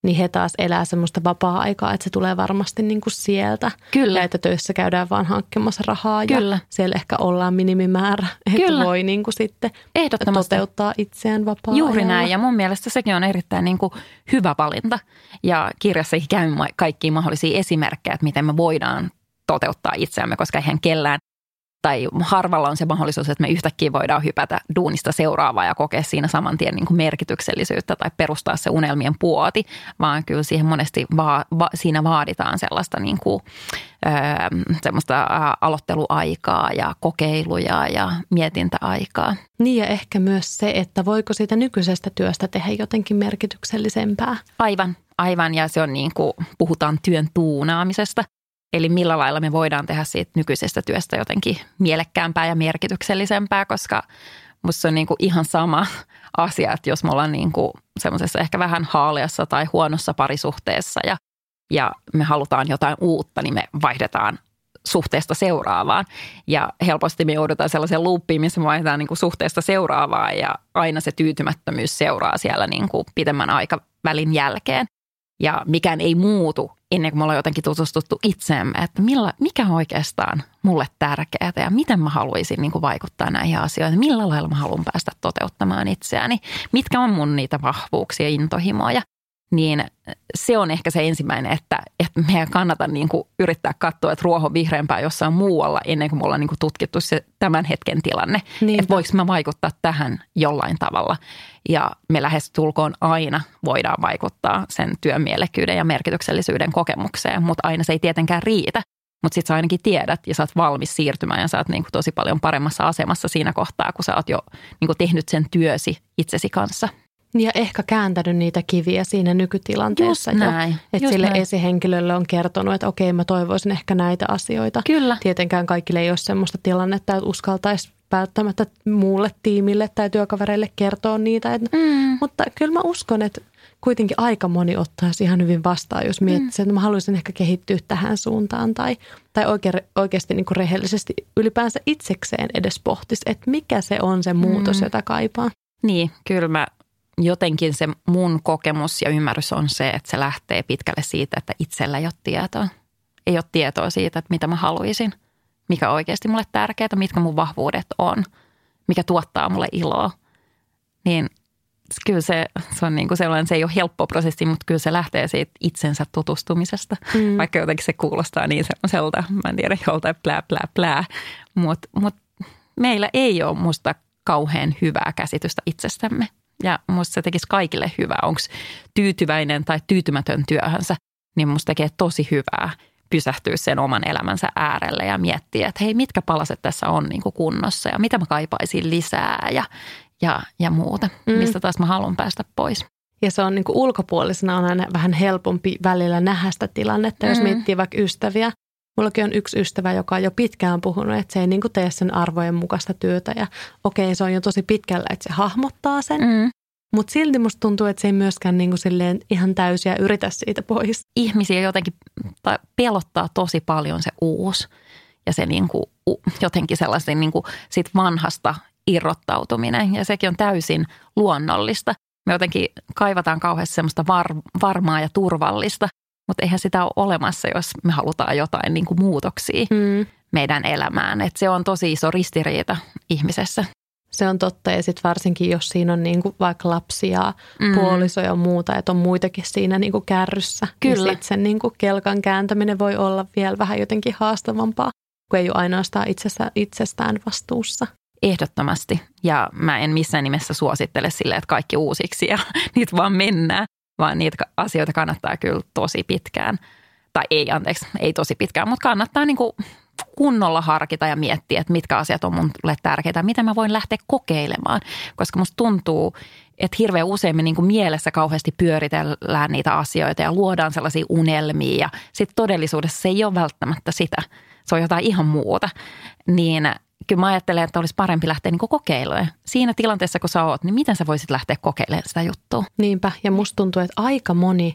niin he taas elää semmoista vapaa-aikaa, että se tulee varmasti niin kuin sieltä. Kyllä. Ja että töissä käydään vaan hankkimassa rahaa Kyllä. ja siellä ehkä ollaan minimimäärä, että Kyllä. voi niin kuin sitten Ehdottomasti toteuttaa itseään vapaa-ajalla. Juuri näin, ja mun mielestä sekin on erittäin niin kuin hyvä valinta. Ja kirjassakin käy kaikkia mahdollisia esimerkkejä, että miten me voidaan toteuttaa itseämme, koska eihän kellään tai harvalla on se mahdollisuus, että me yhtäkkiä voidaan hypätä duunista seuraavaa ja kokea siinä saman tien niin kuin merkityksellisyyttä tai perustaa se unelmien puoti, vaan kyllä siihen monesti va- va- siinä vaaditaan sellaista niin kuin, ö, semmoista aloitteluaikaa ja kokeiluja ja mietintäaikaa. Niin ja ehkä myös se, että voiko siitä nykyisestä työstä tehdä jotenkin merkityksellisempää. Aivan, aivan ja se on niin kuin puhutaan työn tuunaamisesta. Eli millä lailla me voidaan tehdä siitä nykyisestä työstä jotenkin mielekkäämpää ja merkityksellisempää, koska musta on niin kuin ihan sama asia, että jos me ollaan niin kuin semmoisessa ehkä vähän haaleassa tai huonossa parisuhteessa ja, ja me halutaan jotain uutta, niin me vaihdetaan suhteesta seuraavaan. Ja helposti me joudutaan sellaiseen loopiin, missä me vaihdetaan niin kuin suhteesta seuraavaan ja aina se tyytymättömyys seuraa siellä niin kuin pitemmän aikavälin jälkeen. Ja mikään ei muutu ennen kuin me ollaan jotenkin tutustuttu itseemme, että millä, mikä on oikeastaan mulle tärkeää ja miten mä haluaisin niin kuin vaikuttaa näihin asioihin. Millä lailla mä haluan päästä toteuttamaan itseäni, mitkä on mun niitä vahvuuksia, intohimoja. Niin se on ehkä se ensimmäinen, että, että meidän kannata niin kuin yrittää katsoa, että ruoho vihreämpää jossain muualla ennen kuin me ollaan niin kuin tutkittu se tämän hetken tilanne. Niinpä. Että voiko mä vaikuttaa tähän jollain tavalla. Ja me lähestulkoon aina voidaan vaikuttaa sen työn mielekkyyden ja merkityksellisyyden kokemukseen, mutta aina se ei tietenkään riitä. Mutta sitten sä ainakin tiedät ja sä oot valmis siirtymään ja sä oot niin kuin tosi paljon paremmassa asemassa siinä kohtaa, kun sä oot jo niin kuin tehnyt sen työsi itsesi kanssa. Ja ehkä kääntänyt niitä kiviä siinä nykytilanteessa. Just näin. Että sille näin. Esihenkilölle on kertonut, että okei, mä toivoisin ehkä näitä asioita. Kyllä. Tietenkään kaikille ei ole semmoista tilannetta, että uskaltaisi välttämättä muulle tiimille tai työkavereille kertoa niitä. Et, mm. Mutta kyllä mä uskon, että kuitenkin aika moni ottaisi ihan hyvin vastaan, jos miettisi, mm. että mä haluaisin ehkä kehittyä tähän suuntaan. Tai, tai oike, oikeasti niin kuin rehellisesti ylipäänsä itsekseen edes pohtisi, että mikä se on se muutos, mm. jota kaipaa. Niin, kyllä mä jotenkin se mun kokemus ja ymmärrys on se, että se lähtee pitkälle siitä, että itsellä ei ole tietoa. Ei ole tietoa siitä, että mitä mä haluaisin, mikä on oikeasti mulle tärkeää, mitkä mun vahvuudet on, mikä tuottaa mulle iloa. Niin kyllä se, se on niin kuin sellainen, se ei ole helppo prosessi, mutta kyllä se lähtee siitä itsensä tutustumisesta. Mm. Vaikka jotenkin se kuulostaa niin sellaiselta, mä en tiedä, joltain plää, plää, plää. Mutta mut meillä ei ole musta kauhean hyvää käsitystä itsestämme. Ja musta se tekisi kaikille hyvää. Onko tyytyväinen tai tyytymätön työhönsä, niin musta tekee tosi hyvää pysähtyä sen oman elämänsä äärelle ja miettiä, että hei, mitkä palaset tässä on niin kuin kunnossa ja mitä mä kaipaisin lisää ja, ja, ja muuta, mm. mistä taas mä haluan päästä pois. Ja se on niin kuin ulkopuolisena on aina vähän helpompi välillä nähdä sitä tilannetta, jos mm. miettii vaikka ystäviä. Mullakin on yksi ystävä, joka on jo pitkään puhunut, että se ei niin kuin tee sen arvojen mukaista työtä ja okei, se on jo tosi pitkällä, että se hahmottaa sen. Mm. Mutta silti musta tuntuu, että se ei myöskään niin kuin silleen ihan täysiä yritä siitä pois. Ihmisiä jotenkin pelottaa tosi paljon se uusi ja se niin kuin, jotenkin sellaisen niin kuin sit vanhasta irrottautuminen ja sekin on täysin luonnollista. Me jotenkin kaivataan kauheasti semmoista var, varmaa ja turvallista. Mutta eihän sitä ole olemassa, jos me halutaan jotain niin kuin muutoksia mm. meidän elämään. Et se on tosi iso ristiriita ihmisessä. Se on totta ja sitten varsinkin, jos siinä on niin kuin vaikka lapsia, mm. puoliso ja muuta, että on muitakin siinä niin kuin kärryssä. Kyllä. Niin sitten sen niin kuin kelkan kääntäminen voi olla vielä vähän jotenkin haastavampaa, kun ei ole ainoastaan itsessä, itsestään vastuussa. Ehdottomasti. Ja mä en missään nimessä suosittele sille, että kaikki uusiksi ja niitä vaan mennään. Vaan niitä asioita kannattaa kyllä tosi pitkään, tai ei anteeksi, ei tosi pitkään, mutta kannattaa niin kuin kunnolla harkita ja miettiä, että mitkä asiat on mulle tärkeitä, miten mä voin lähteä kokeilemaan. Koska musta tuntuu, että hirveän usein me niin kuin mielessä kauheasti pyöritellään niitä asioita ja luodaan sellaisia unelmia ja sitten todellisuudessa se ei ole välttämättä sitä, se on jotain ihan muuta, niin kyllä mä ajattelen, että olisi parempi lähteä niin kuin kokeilemaan. Siinä tilanteessa, kun sä oot, niin miten sä voisit lähteä kokeilemaan sitä juttua? Niinpä, ja musta tuntuu, että aika moni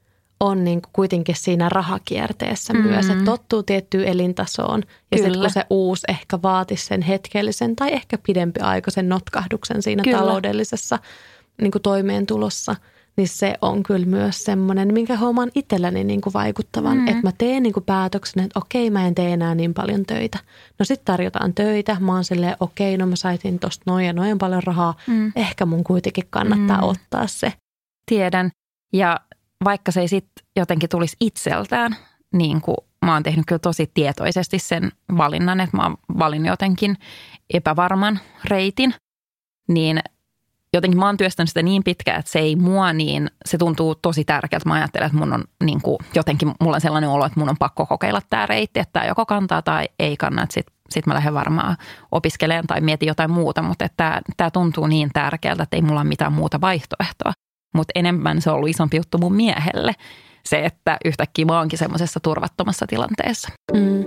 on niin kuin kuitenkin siinä rahakierteessä mm. myös, että tottuu tiettyyn elintasoon. Ja sitten kun se uusi ehkä vaatisi sen hetkellisen tai ehkä pidempiaikaisen notkahduksen siinä Kyllä. taloudellisessa niin kuin toimeentulossa, niin se on kyllä myös semmoinen, minkä huomaan itselläni niin kuin vaikuttavan. Mm. Että mä teen niin kuin päätöksen, että okei, mä en tee enää niin paljon töitä. No sitten tarjotaan töitä. Mä oon silleen, okei, no mä saisin tosta noin ja noin paljon rahaa. Mm. Ehkä mun kuitenkin kannattaa mm. ottaa se. Tiedän. Ja vaikka se ei sitten jotenkin tulisi itseltään, niin kuin mä oon tehnyt kyllä tosi tietoisesti sen valinnan, että mä oon valinnut jotenkin epävarman reitin, niin jotenkin mä oon työstänyt sitä niin pitkään, että se ei mua niin, se tuntuu tosi tärkeältä. Mä ajattelen, että mun on niin kuin, jotenkin, mulla on sellainen olo, että mun on pakko kokeilla tämä reitti, että tämä joko kantaa tai ei kannata. Sitten sit mä lähden varmaan opiskelemaan tai mietin jotain muuta, mutta että tämä tuntuu niin tärkeältä, että ei mulla ole mitään muuta vaihtoehtoa. Mutta enemmän se on ollut isompi juttu mun miehelle, se, että yhtäkkiä mä oonkin semmoisessa turvattomassa tilanteessa. Mm.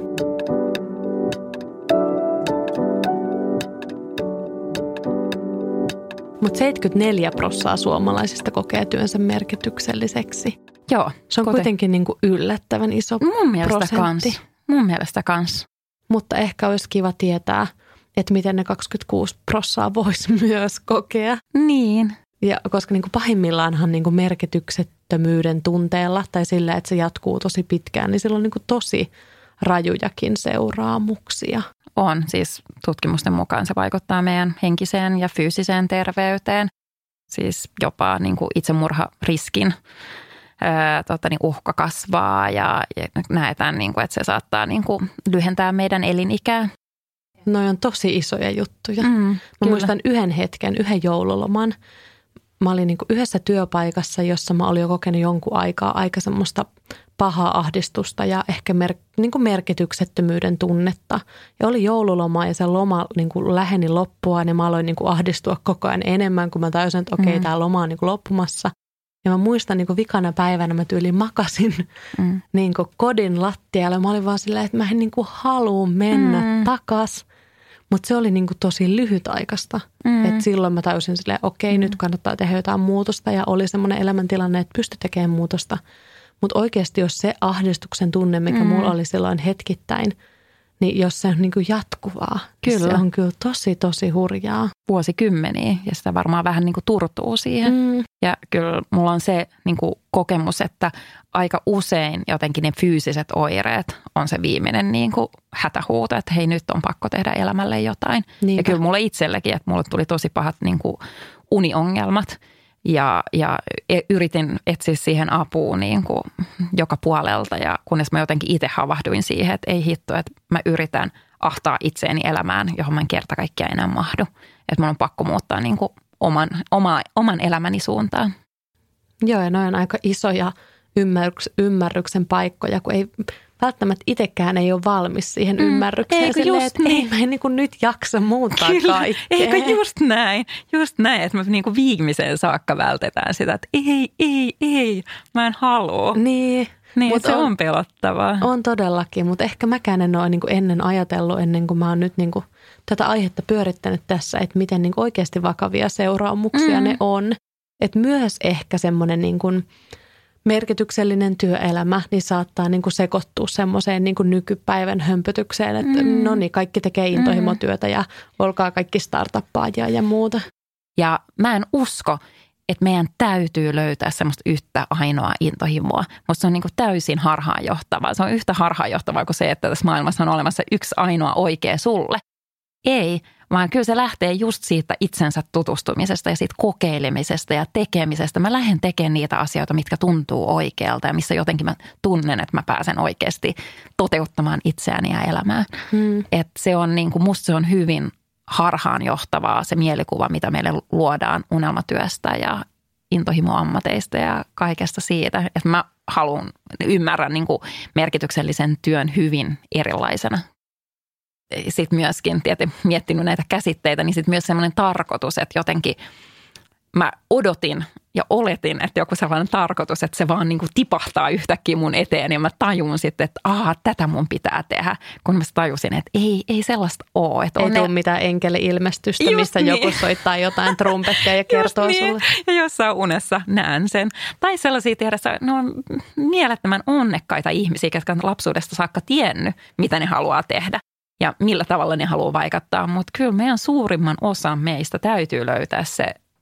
Mutta seitsemänkymmentäneljä prosenttia suomalaisista kokee työnsä merkitykselliseksi. Joo. Se on kuten... kuitenkin niinku yllättävän iso Mun mielestä prosentti. Kans. Mun mielestä kans. Mutta ehkä olisi kiva tietää, että miten ne kaksikymmentäkuusi prosenttia voisi myös kokea. Niin. Ja koska niinku pahimmillaanhan niinku merkityksettömyyden tunteella tai sillä, että se jatkuu tosi pitkään, niin sillä on niinku tosi rajujakin seuraamuksia. On. Siis tutkimusten mukaan se vaikuttaa meidän henkiseen ja fyysiseen terveyteen. Siis jopa niin kuin itsemurhariskin ää, tota, niin uhka kasvaa ja, ja näetään, niin kuin, että se saattaa niin kuin lyhentää meidän elinikää. Noi on tosi isoja juttuja. Mm, Mä kyllä. muistan yhden hetken, yhden joululoman. Mä olin niin kuin yhdessä työpaikassa, jossa mä olin jo kokenut jonkun aikaa aika semmoista pahaa ahdistusta ja ehkä mer- niin kuin merkityksettömyyden tunnetta. Ja oli joululoma ja se loma niin kuin läheni loppua ja mä aloin niin kuin ahdistua koko ajan enemmän, kun mä tajusin, että okei, mm. tämä loma on niin kuin loppumassa. Ja mä muistan niin kuin vikana päivänä mä tyyliin makasin mm. niin kuin kodin lattialla. Mä olin vaan silleen, että mä en niin kuin halua mennä mm. takas. Mutta se oli niinku tosi lyhytaikaista. Mm. Että silloin mä tajusin silleen, okei, mm. nyt kannattaa tehdä jotain muutosta. Ja oli semmoinen elämäntilanne, että pystyi tekemään muutosta. Mutta oikeasti jos se ahdistuksen tunne, mikä mm. mulla oli silloin hetkittäin, niin jos se on niinku jatkuvaa, kyllä. Se on kyllä tosi, tosi hurjaa. Vuosikymmeniä ja sitä varmaan vähän niinku turtuu siihen. Mm. Ja kyllä mulla on se niinku kokemus, että aika usein jotenkin ne fyysiset oireet on se viimeinen niinku hätähuuto, että hei, nyt on pakko tehdä elämälle jotain. Niinpä. Ja kyllä mulle itsellekin, että mulle tuli tosi pahat niinku uniongelmat. Ja, ja yritin etsiä siihen apua niin kuin joka puolelta ja kunnes mä jotenkin itse havahduin siihen, että ei hitto, että mä yritän ahtaa itseäni elämään, johon mä en kerta kaikkiaan enää mahdu. Että mun on pakko muuttaa niin kuin oman, oma, oman elämäni suuntaan. Joo, ja noin on aika isoja ymmärryks, ymmärryksen paikkoja, kun ei välttämättä itsekään ei ole valmis siihen mm, ymmärrykseen. Eikö silleen, just että niin? Ei mä en niin kuin nyt jaksa muuttaa Kyllä, kaikkea. Eikö just näin? Just näin, että me niin kuin viimeiseen saakka vältetään sitä, että ei, ei, ei, mä en halua. Niin. Niin, se on, on pelottavaa. On todellakin, mutta ehkä mäkään en ole niin kuin ennen ajatellut, ennen kuin mä oon nyt niin kuin tätä aihetta pyörittänyt tässä, että miten niin kuin oikeasti vakavia seuraamuksia mm. ne on. Että myös ehkä semmoinen niin kuin merkityksellinen työelämä niin saattaa niin kuin sekoittua semmoiseen niin kuin nykypäivän hömpötykseen, että mm. no niin, kaikki tekee intohimotyötä ja olkaa kaikki startuppaajia ja muuta. Ja mä en usko, että meidän täytyy löytää semmoista yhtä ainoa intohimoa. Musta se on niin kuin täysin harhaanjohtavaa. Se on yhtä harhaanjohtavaa kuin se, että tässä maailmassa on olemassa yksi ainoa oikea sulle. Ei, vaan kyllä se lähtee just siitä itsensä tutustumisesta ja siitä kokeilemisesta ja tekemisestä. Mä lähden tekemään niitä asioita, mitkä tuntuu oikealta ja missä jotenkin mä tunnen, että mä pääsen oikeasti toteuttamaan itseäni ja elämää. Hmm. Että se on niin kuin, musta se on hyvin harhaanjohtavaa se mielikuva, mitä meille luodaan unelmatyöstä ja intohimoammateista ja kaikesta siitä. Että mä haluan ymmärrä niin kuin merkityksellisen työn hyvin erilaisena. Sitten myöskin, tietysti miettinyt näitä käsitteitä, niin sitten myös semmoinen tarkoitus, että jotenkin mä odotin ja oletin, että joku sellainen tarkoitus, että se vaan niin kuin tipahtaa yhtäkkiä mun eteen ja mä tajun sitten, että aah, tätä mun pitää tehdä, kun mä tajusin, että ei, ei sellaista ole. Että ei on tule ne... mitään enkeli-ilmestystä, just missä niin. Joku soittaa jotain trumpettia ja kertoo niin. sulle. Ja jossain unessa näen sen. Tai sellaisia tiedässä, ne on mielettömän onnekkaita ihmisiä, jotka on lapsuudesta saakka tiennyt, mitä ne haluaa tehdä. Ja millä tavalla ne haluaa vaikuttaa, mutta kyllä meidän suurimman osan meistä täytyy löytää se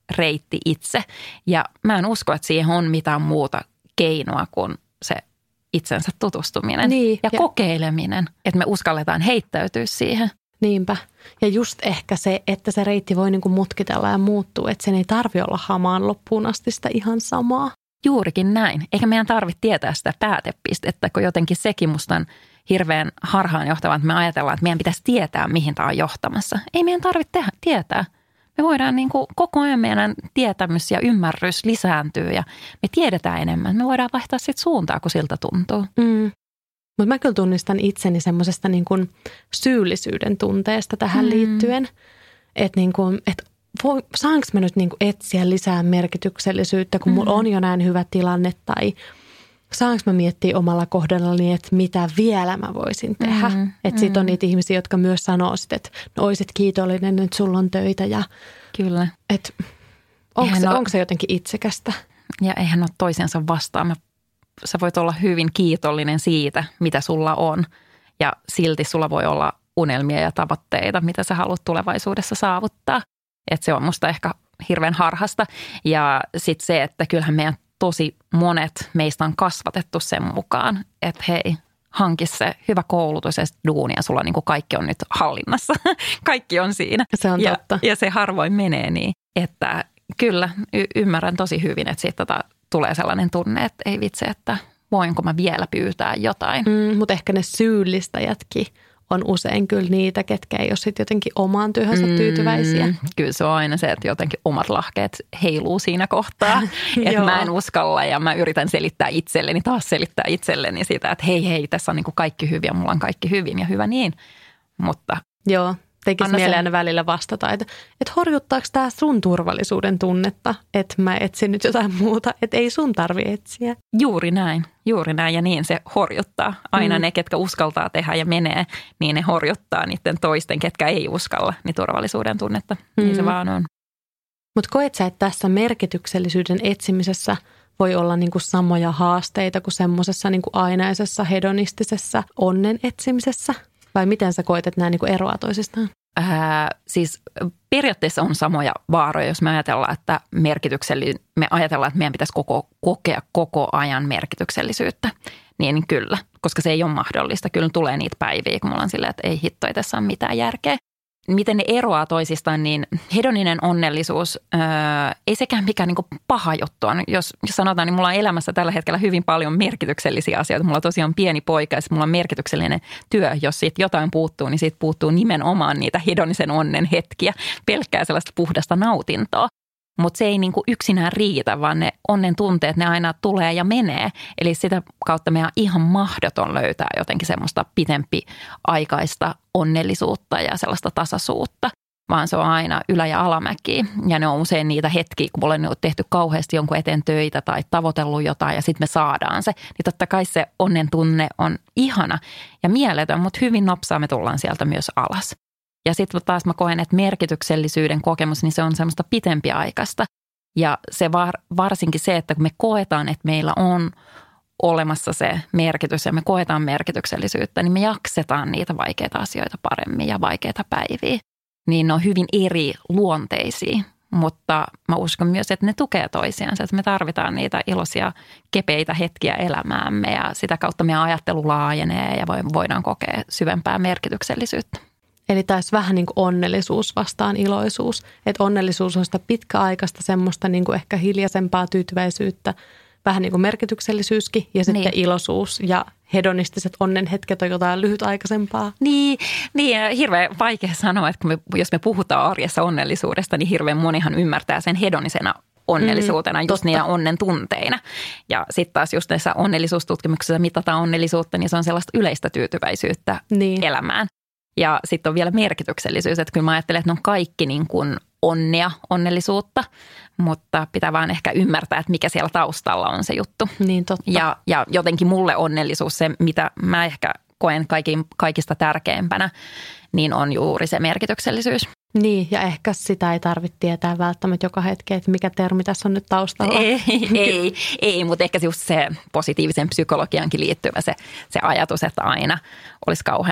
reitti itse. Ja mä en usko, että siihen on mitään muuta keinoa kuin se itsensä tutustuminen niin, ja, ja kokeileminen, että me uskalletaan heittäytyä siihen. Niinpä. Ja just ehkä se, että se reitti voi niinku mutkitella ja muuttua, että sen ei tarvi olla hamaan loppuun asti sitä ihan samaa. Juurikin näin. Eikä meidän tarvitse tietää sitä päätepistettä, kun jotenkin sekin musta on hirveän harhaanjohtavaa, että me ajatellaan, että meidän pitäisi tietää, mihin tämä on johtamassa. Ei meidän tarvitse tehdä, tietää. Me voidaan niin kuin koko ajan meidän tietämys ja ymmärrys lisääntyy ja me tiedetään enemmän. Me voidaan vaihtaa sitten suuntaa, kun siltä tuntuu. Mm. Mutta mä kyllä tunnistan itseni semmoisesta niin kuin syyllisyyden tunteesta tähän mm. liittyen. Että niin kuin, et saanko mä nyt niin kuin etsiä lisää merkityksellisyyttä, kun mm. mulla on jo näin hyvä tilanne, tai saanko mä miettiä omalla kohdallani, että mitä vielä mä voisin tehdä. Mm. Että sit on niitä ihmisiä, jotka myös sanoo sit, että no oisit kiitollinen, että sulla on töitä. Ja kyllä. Että onko se, ole, onko se jotenkin itsekästä? Ja eihän ole toisensa vastaan. Mä, sä voit olla hyvin kiitollinen siitä, mitä sulla on. Ja silti sulla voi olla unelmia ja tavoitteita, mitä sä haluat tulevaisuudessa saavuttaa. Että se on musta ehkä hirveän harhasta. Ja sitten se, että kyllähän meidän tosi monet meistä on kasvatettu sen mukaan, että hei, hanki se hyvä koulutus ja duuni ja sulla niin kuin kaikki on nyt hallinnassa. Kaikki on siinä. Se on ja, totta. Ja se harvoin menee niin, että kyllä y- ymmärrän tosi hyvin, että siitä tota, tulee sellainen tunne, että ei vitsi, että voinko mä vielä pyytää jotain. Mm, mutta ehkä ne syyllistäjätkin on usein kyllä niitä, ketkä ei ole sitten jotenkin omaan työhönsä tyytyväisiä. Mm, kyllä se on aina se, että jotenkin omat lahkeet heiluu siinä kohtaa. Että mä en uskalla ja mä yritän selittää itselleni, taas selittää itselleni sitä, että hei hei, tässä on niin kuin kaikki hyvin ja mulla on kaikki hyvin ja hyvä niin. Mutta joo, tekisi mieleen välillä vastata, että, että horjuttaako tämä sun turvallisuuden tunnetta, että mä etsin nyt jotain muuta, että ei sun tarvi etsiä. Juuri näin, juuri näin ja niin se horjuttaa. Aina mm. ne, ketkä uskaltaa tehdä ja menee, niin ne horjuttaa niiden toisten, ketkä ei uskalla, niin turvallisuuden tunnetta. Mm. Niin se vaan on. Mutta koet sä, että tässä merkityksellisyyden etsimisessä voi olla niinku samoja haasteita kuin semmoisessa niinku ainaisessa hedonistisessa onnen etsimisessä? Vai miten sä koet, että nämä niinku eroaa toisistaan? Ää, siis periaatteessa on samoja vaaroja, jos me ajatellaan, että merkityksellinen, me ajatellaan, että meidän pitäisi koko, kokea koko ajan merkityksellisyyttä. Niin kyllä, koska se ei ole mahdollista. Kyllä tulee niitä päiviä, kun mulla on silleen, että ei hitto, ei tässä ole mitään järkeä. Miten ne eroaa toisistaan, niin hedoninen onnellisuus öö, ei sekään mikään niin kuin paha juttu on. Jos, jos sanotaan, niin mulla on elämässä tällä hetkellä hyvin paljon merkityksellisiä asioita. Mulla on tosiaan pieni poika ja mulla on merkityksellinen työ. Jos siitä jotain puuttuu, niin siitä puuttuu nimenomaan niitä hedonisen onnen hetkiä, pelkkää sellaista puhdasta nautintoa. Mutta se ei niinku yksinään riitä, vaan ne onnen tunteet, ne aina tulee ja menee. Eli sitä kautta meidän on ihan mahdoton löytää jotenkin semmoista pitempiaikaista onnellisuutta ja sellaista tasaisuutta. Vaan se on aina ylä- ja alamäkiä. Ja ne on usein niitä hetkiä, kun mulla on tehty kauheasti jonkun eteen töitä tai tavoitellut jotain ja sitten me saadaan se. Niin totta kai se onnen tunne on ihana ja mieletön, mutta hyvin nopsaa me tullaan sieltä myös alas. Ja sitten taas mä koen, että merkityksellisyyden kokemus, niin se on semmoista pitempiaikaista. Ja se var, varsinkin se, että kun me koetaan, että meillä on olemassa se merkitys ja me koetaan merkityksellisyyttä, niin me jaksetaan niitä vaikeita asioita paremmin ja vaikeita päiviä. Niin ne on hyvin eri luonteisia, mutta mä uskon myös, että ne tukee toisiansa. Että me tarvitaan niitä iloisia, kepeitä hetkiä elämäämme ja sitä kautta meidän ajattelu laajenee ja voidaan kokea syvempää merkityksellisyyttä. Eli taisi vähän niin kuin onnellisuus vastaan iloisuus. Että onnellisuus on sitä pitkäaikaista semmoista niin kuin ehkä hiljaisempaa tyytyväisyyttä, vähän niin kuin merkityksellisyyskin ja sitten niin. Iloisuus ja hedonistiset onnenhetket on jotain lyhytaikaisempaa. Niin, niin hirveän vaikea sanoa, että kun me, jos me puhutaan arjessa onnellisuudesta, niin hirveän monihan ymmärtää sen hedonisena onnellisuutena, mm, just niitä onnen tunteina. Ja sitten taas just näissä onnellisuustutkimuksissa mitataan onnellisuutta, niin se on sellaista yleistä tyytyväisyyttä niin. Elämään. Ja sitten on vielä merkityksellisyys, että kyllä mä ajattelen, että ne on kaikki niin kuin onnea, onnellisuutta, mutta pitää vaan ehkä ymmärtää, että mikä siellä taustalla on se juttu. Niin totta. Ja, ja jotenkin mulle onnellisuus, se mitä mä ehkä koen kaikin, kaikista tärkeimpänä, niin on juuri se merkityksellisyys. Niin, ja ehkä sitä ei tarvitse tietää välttämättä joka hetki, että mikä termi tässä on nyt taustalla. Ei, ei, ei, mutta ehkä just se positiivisen psykologiankin liittyvä se, se ajatus, että aina olisi kauhean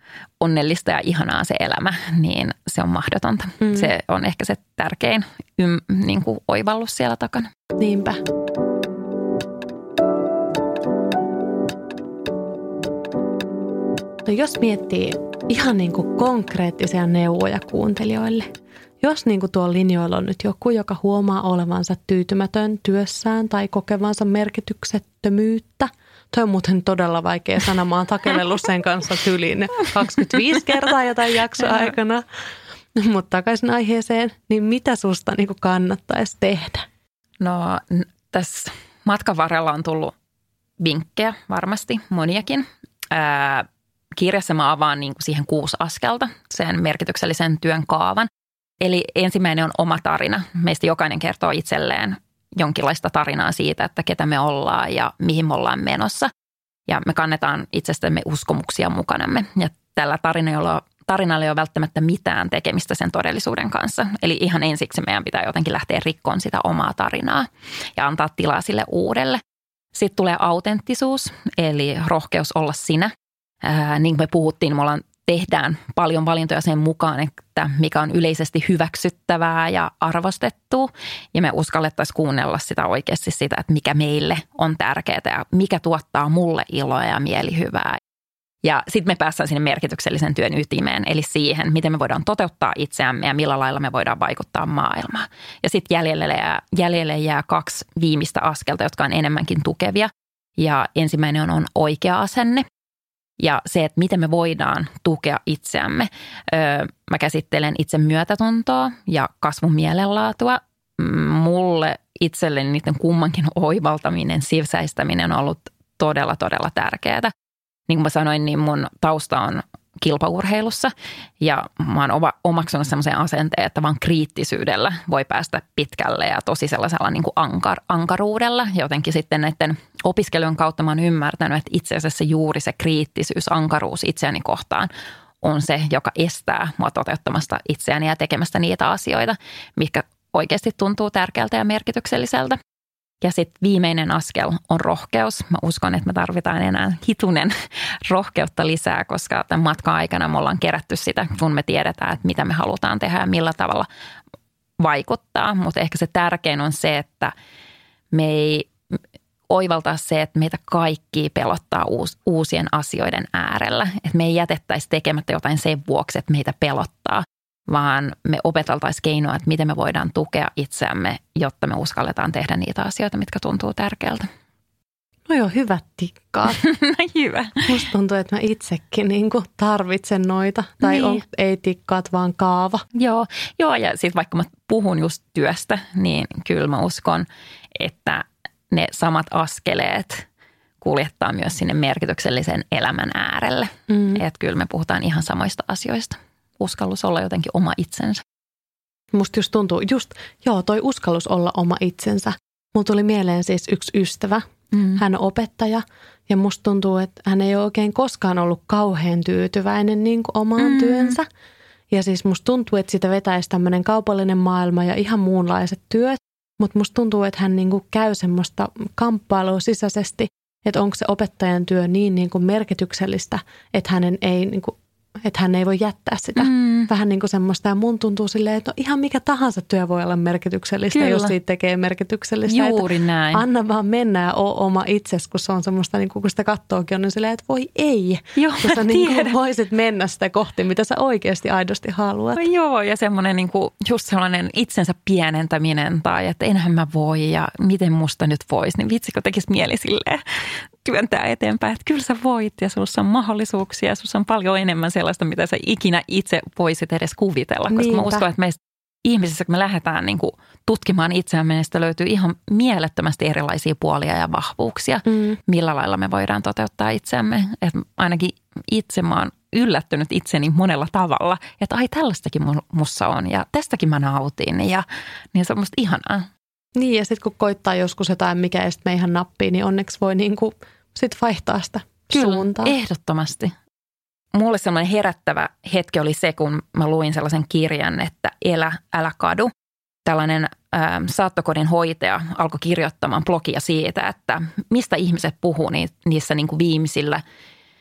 onnellista ja ihanaa se elämä, niin se on mahdotonta. Mm. Se on ehkä se tärkein ym, niin kuin oivallus siellä takana. Niinpä. No jos miettii ihan niin kuin konkreettisia neuvoja kuuntelijoille. Jos niin kuin tuolla linjoilla on nyt joku, joka huomaa olevansa tyytymätön työssään tai kokevansa merkityksettömyyttä. Toi on muuten todella vaikea sana. Mä oon takelellut sen kanssa tyliin kaksikymmentäviisi kertaa jotain jaksoaikana. Mutta takaisin aiheeseen, niin mitä susta niin kuin kannattaisi tehdä? No tässä matkan varrella on tullut vinkkejä varmasti, moniakin. Ää, kirjassa mä avaan niin kuin siihen kuusi askelta, sen merkityksellisen työn kaavan. Eli ensimmäinen on oma tarina. Meistä jokainen kertoo itselleen jonkinlaista tarinaa siitä, että ketä me ollaan ja mihin me ollaan menossa. Ja me kannetaan itsestämme uskomuksia mukanamme. Ja tällä tarinalla, tarinalla ei ole välttämättä mitään tekemistä sen todellisuuden kanssa. Eli ihan ensiksi meidän pitää jotenkin lähteä rikkoon sitä omaa tarinaa ja antaa tilaa sille uudelle. Sitten tulee autenttisuus, eli rohkeus olla sinä. Ää, niin kuin me puhuttiin, me ollaan tehdään paljon valintoja sen mukaan, että mikä on yleisesti hyväksyttävää ja arvostettua. Ja me uskallettaisiin kuunnella sitä oikeasti sitä, että mikä meille on tärkeää ja mikä tuottaa mulle iloa ja mielihyvää. Ja sitten me päästään sinne merkityksellisen työn ytimeen, eli siihen, miten me voidaan toteuttaa itseämme ja millä lailla me voidaan vaikuttaa maailmaan. Ja sitten jäljelle jää, jäljelle jää kaksi viimeistä askelta, jotka on enemmänkin tukevia. Ja ensimmäinen on, on oikea asenne. Ja se, että miten me voidaan tukea itseämme. Öö, mä käsittelen itse myötätuntoa ja kasvun mielenlaatua. Mulle itselleni niiden kummankin oivaltaminen, sisäistäminen on ollut todella, todella tärkeää. Niin kuin mä sanoin, niin mun tausta on kilpaurheilussa ja mä oon omaksunut sellaisen asenteen, että vaan kriittisyydellä voi päästä pitkälle ja tosi sellaisella niin kuin ankar, ankaruudella. Jotenkin sitten näiden opiskelujen kautta mä oon ymmärtänyt, että itse asiassa juuri se kriittisyys, ankaruus itseäni kohtaan on se, joka estää mua toteuttamasta itseäni ja tekemästä niitä asioita, mitkä oikeasti tuntuu tärkeältä ja merkitykselliseltä. Ja sitten viimeinen askel on rohkeus. Mä uskon, että me tarvitaan enää hitunen rohkeutta lisää, koska tämän matkan aikana me ollaan kerätty sitä, kun me tiedetään, että mitä me halutaan tehdä ja millä tavalla vaikuttaa. Mutta ehkä se tärkein on se, että me ei oivaltaa se, että meitä kaikki pelottaa uus, uusien asioiden äärellä. Että me ei jätettäisi tekemättä jotain sen vuoksi, että meitä pelottaa, vaan me opeteltaisiin keinoa, että miten me voidaan tukea itseämme, jotta me uskalletaan tehdä niitä asioita, mitkä tuntuu tärkeältä. No joo, hyvät tikkaat. No hyvä. Musta tuntuu, että mä itsekin niin kuin tarvitsen noita. Tai niin. on, ei tikkaat, vaan kaava. Joo, joo ja sitten vaikka mä puhun just työstä, niin kyllä mä uskon, että ne samat askeleet kuljettaa myös sinne merkityksellisen elämän äärelle. Mm. Että kyllä me puhutaan ihan samoista asioista. Uskallus olla jotenkin oma itsensä. Musta just tuntuu, just joo, toi uskallus olla oma itsensä. Mulla tuli mieleen siis yksi ystävä. Mm. Hän on opettaja ja musta tuntuu, että hän ei ole oikein koskaan ollut kauhean tyytyväinen niin kuin omaan mm. työnsä. Ja siis musta tuntuu, että sitä vetäisi tämmöinen kaupallinen maailma ja ihan muunlaiset työt. Mutta musta tuntuu, että hän niin kuin käy semmoista kamppailua sisäisesti, että onko se opettajan työ niin, niin kuin merkityksellistä, että hänen ei niin kuin että hän ei voi jättää sitä. Mm. Vähän niin kuin semmoista. Ja mun tuntuu silleen, että no ihan mikä tahansa työ voi olla merkityksellistä, Kyllä. jos siitä tekee merkityksellistä. Juuri että näin. Anna vaan mennä ja oo oma itsesi, kun se on semmoista, niin kuin, kun sitä kattookin on, niin silleen, että voi ei. Joo, kun sä niin kuin voisit mennä sitä kohti, mitä sä oikeasti aidosti haluat. No joo, ja semmoinen niin kuin, just sellainen itsensä pienentäminen tai että enhän mä voi ja miten musta nyt voisi, niin vitsikö tekisi mieli silleen työntää eteenpäin, että kyllä sä voit ja sussa on mahdollisuuksia ja sussa on paljon enemmän sellaista, mitä sä ikinä itse voisit edes kuvitella. Koska Niinpä. Mä uskon, että meistä ihmisissä, kun me lähdetään niin kuin tutkimaan itseämme, niin sitä löytyy ihan mielettömästi erilaisia puolia ja vahvuuksia, mm. millä lailla me voidaan toteuttaa itseämme. Että ainakin itse mä oon yllättynyt itseni monella tavalla, että ai tällaistakin mussa on ja tästäkin mä nautin ja niin se on musta ihanaa. Niin ja sitten kun koittaa joskus jotain, mikä ei sitten me ihan nappii, niin onneksi voi niinku sit vaihtaa sitä Kyllä, suuntaa. Ehdottomasti. Mulle semmoinen herättävä hetki oli se, kun mä luin sellaisen kirjan, että Elä, älä kadu. Tällainen ä, saattokodin hoitaja alkoi kirjoittamaan blogia siitä, että mistä ihmiset puhuu niissä niin kuin viimeisillä,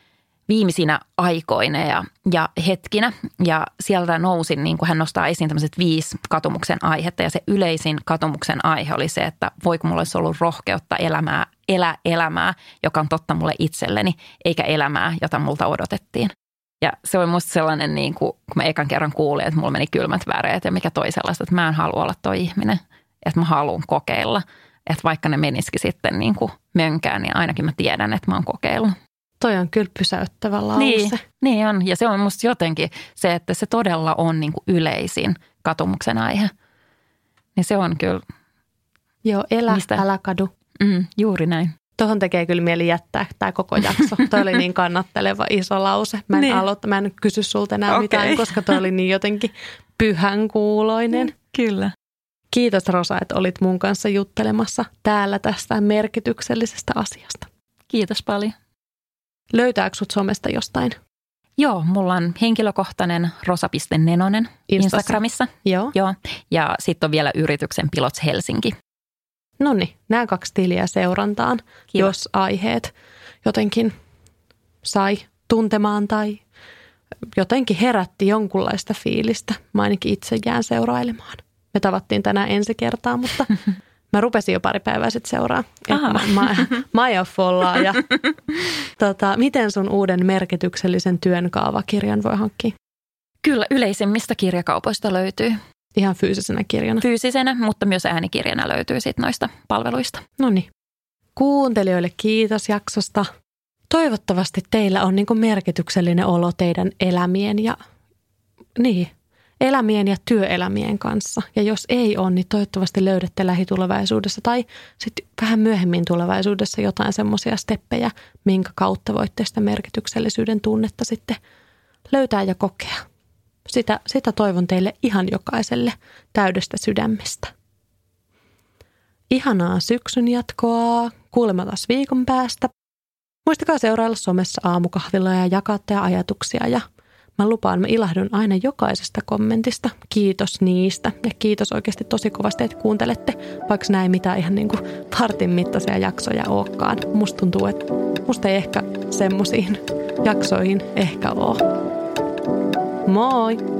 viimeisinä aikoina ja, ja hetkinä. Ja sieltä nousin, niin kuin hän nostaa esiin tämmöiset viisi katumuksen aihetta. Ja se yleisin katumuksen aihe oli se, että voiko mulla olisi ollut rohkeutta elämää, elää elämää, joka on totta mulle itselleni, eikä elämää, jota multa odotettiin. Ja se oli musta sellainen, niin kuin, kun mä ekan kerran kuulin, että mulla meni kylmät väreet ja mikä toi sellaista, että mä en halua olla toi ihminen, että mä haluan kokeilla. Että vaikka ne menisikin sitten niin kuin mönkään, niin ainakin mä tiedän, että mä oon kokeillut. Toi on kyllä pysäyttävä lause. Niin, niin on. Ja se on musta jotenkin se, että se todella on niin kuin yleisin katumuksen aihe. Niin se on kyllä. Joo, elä, mistä? Älä kadu. Mm, juuri näin. Tuohon tekee kyllä mieli jättää tämä koko jakso. Toi oli niin kannatteleva iso lause. Mä en niin. aloita, mä en kysy sulta enää okay. mitään, koska toi oli niin jotenkin pyhän kuuloinen. Kyllä. Kiitos Rosa, että olit mun kanssa juttelemassa täällä tästä merkityksellisestä asiasta. Kiitos paljon. Löytääkö sut somesta jostain? Joo, mulla on henkilökohtainen rosa piste nenonen Instassa. Instagramissa. Joo. Joo. Ja sitten on vielä yrityksen Pilots Helsinki. No niin, nämä kaksi tiliä seurantaan, Kiva. Jos aiheet jotenkin sai tuntemaan tai jotenkin herätti jonkunlaista fiilistä. Mä ainakin itse jään seurailemaan. Me tavattiin tänään ensi kertaa, mutta mä rupesin jo pari päivää sitten seuraa. Mä, mä, mä aion follaa. Ja, tota, miten sun uuden merkityksellisen työn kaavakirjan voi hankkia? Kyllä yleisemmistä kirjakaupoista löytyy. Ihan fyysisenä kirjana? Fyysisenä, mutta myös äänikirjana löytyy sitten noista palveluista. No niin. Kuuntelijoille kiitos jaksosta. Toivottavasti teillä on niin kuin merkityksellinen olo teidän elämien ja niin, elämien ja työelämien kanssa. Ja jos ei ole, niin toivottavasti löydätte lähitulevaisuudessa tai sitten vähän myöhemmin tulevaisuudessa jotain semmoisia steppejä, minkä kautta voitte sitä merkityksellisyyden tunnetta sitten löytää ja kokea. Sitä, sitä toivon teille ihan jokaiselle täydestä sydämestä. Ihanaa syksyn jatkoa. Kuulemme taas viikon päästä. Muistakaa seurailla somessa Aamukahvilla ja jakaa teidän ajatuksia. Ja mä lupaan, mä ilahdun aina jokaisesta kommentista. Kiitos niistä. Ja kiitos oikeasti tosi kovasti, että kuuntelette, vaikka näin mitään ihan niin kuin vartin mittaisia jaksoja olekaan. Musta tuntuu, että musta ei ehkä semmosiin jaksoihin ehkä ole. Moi!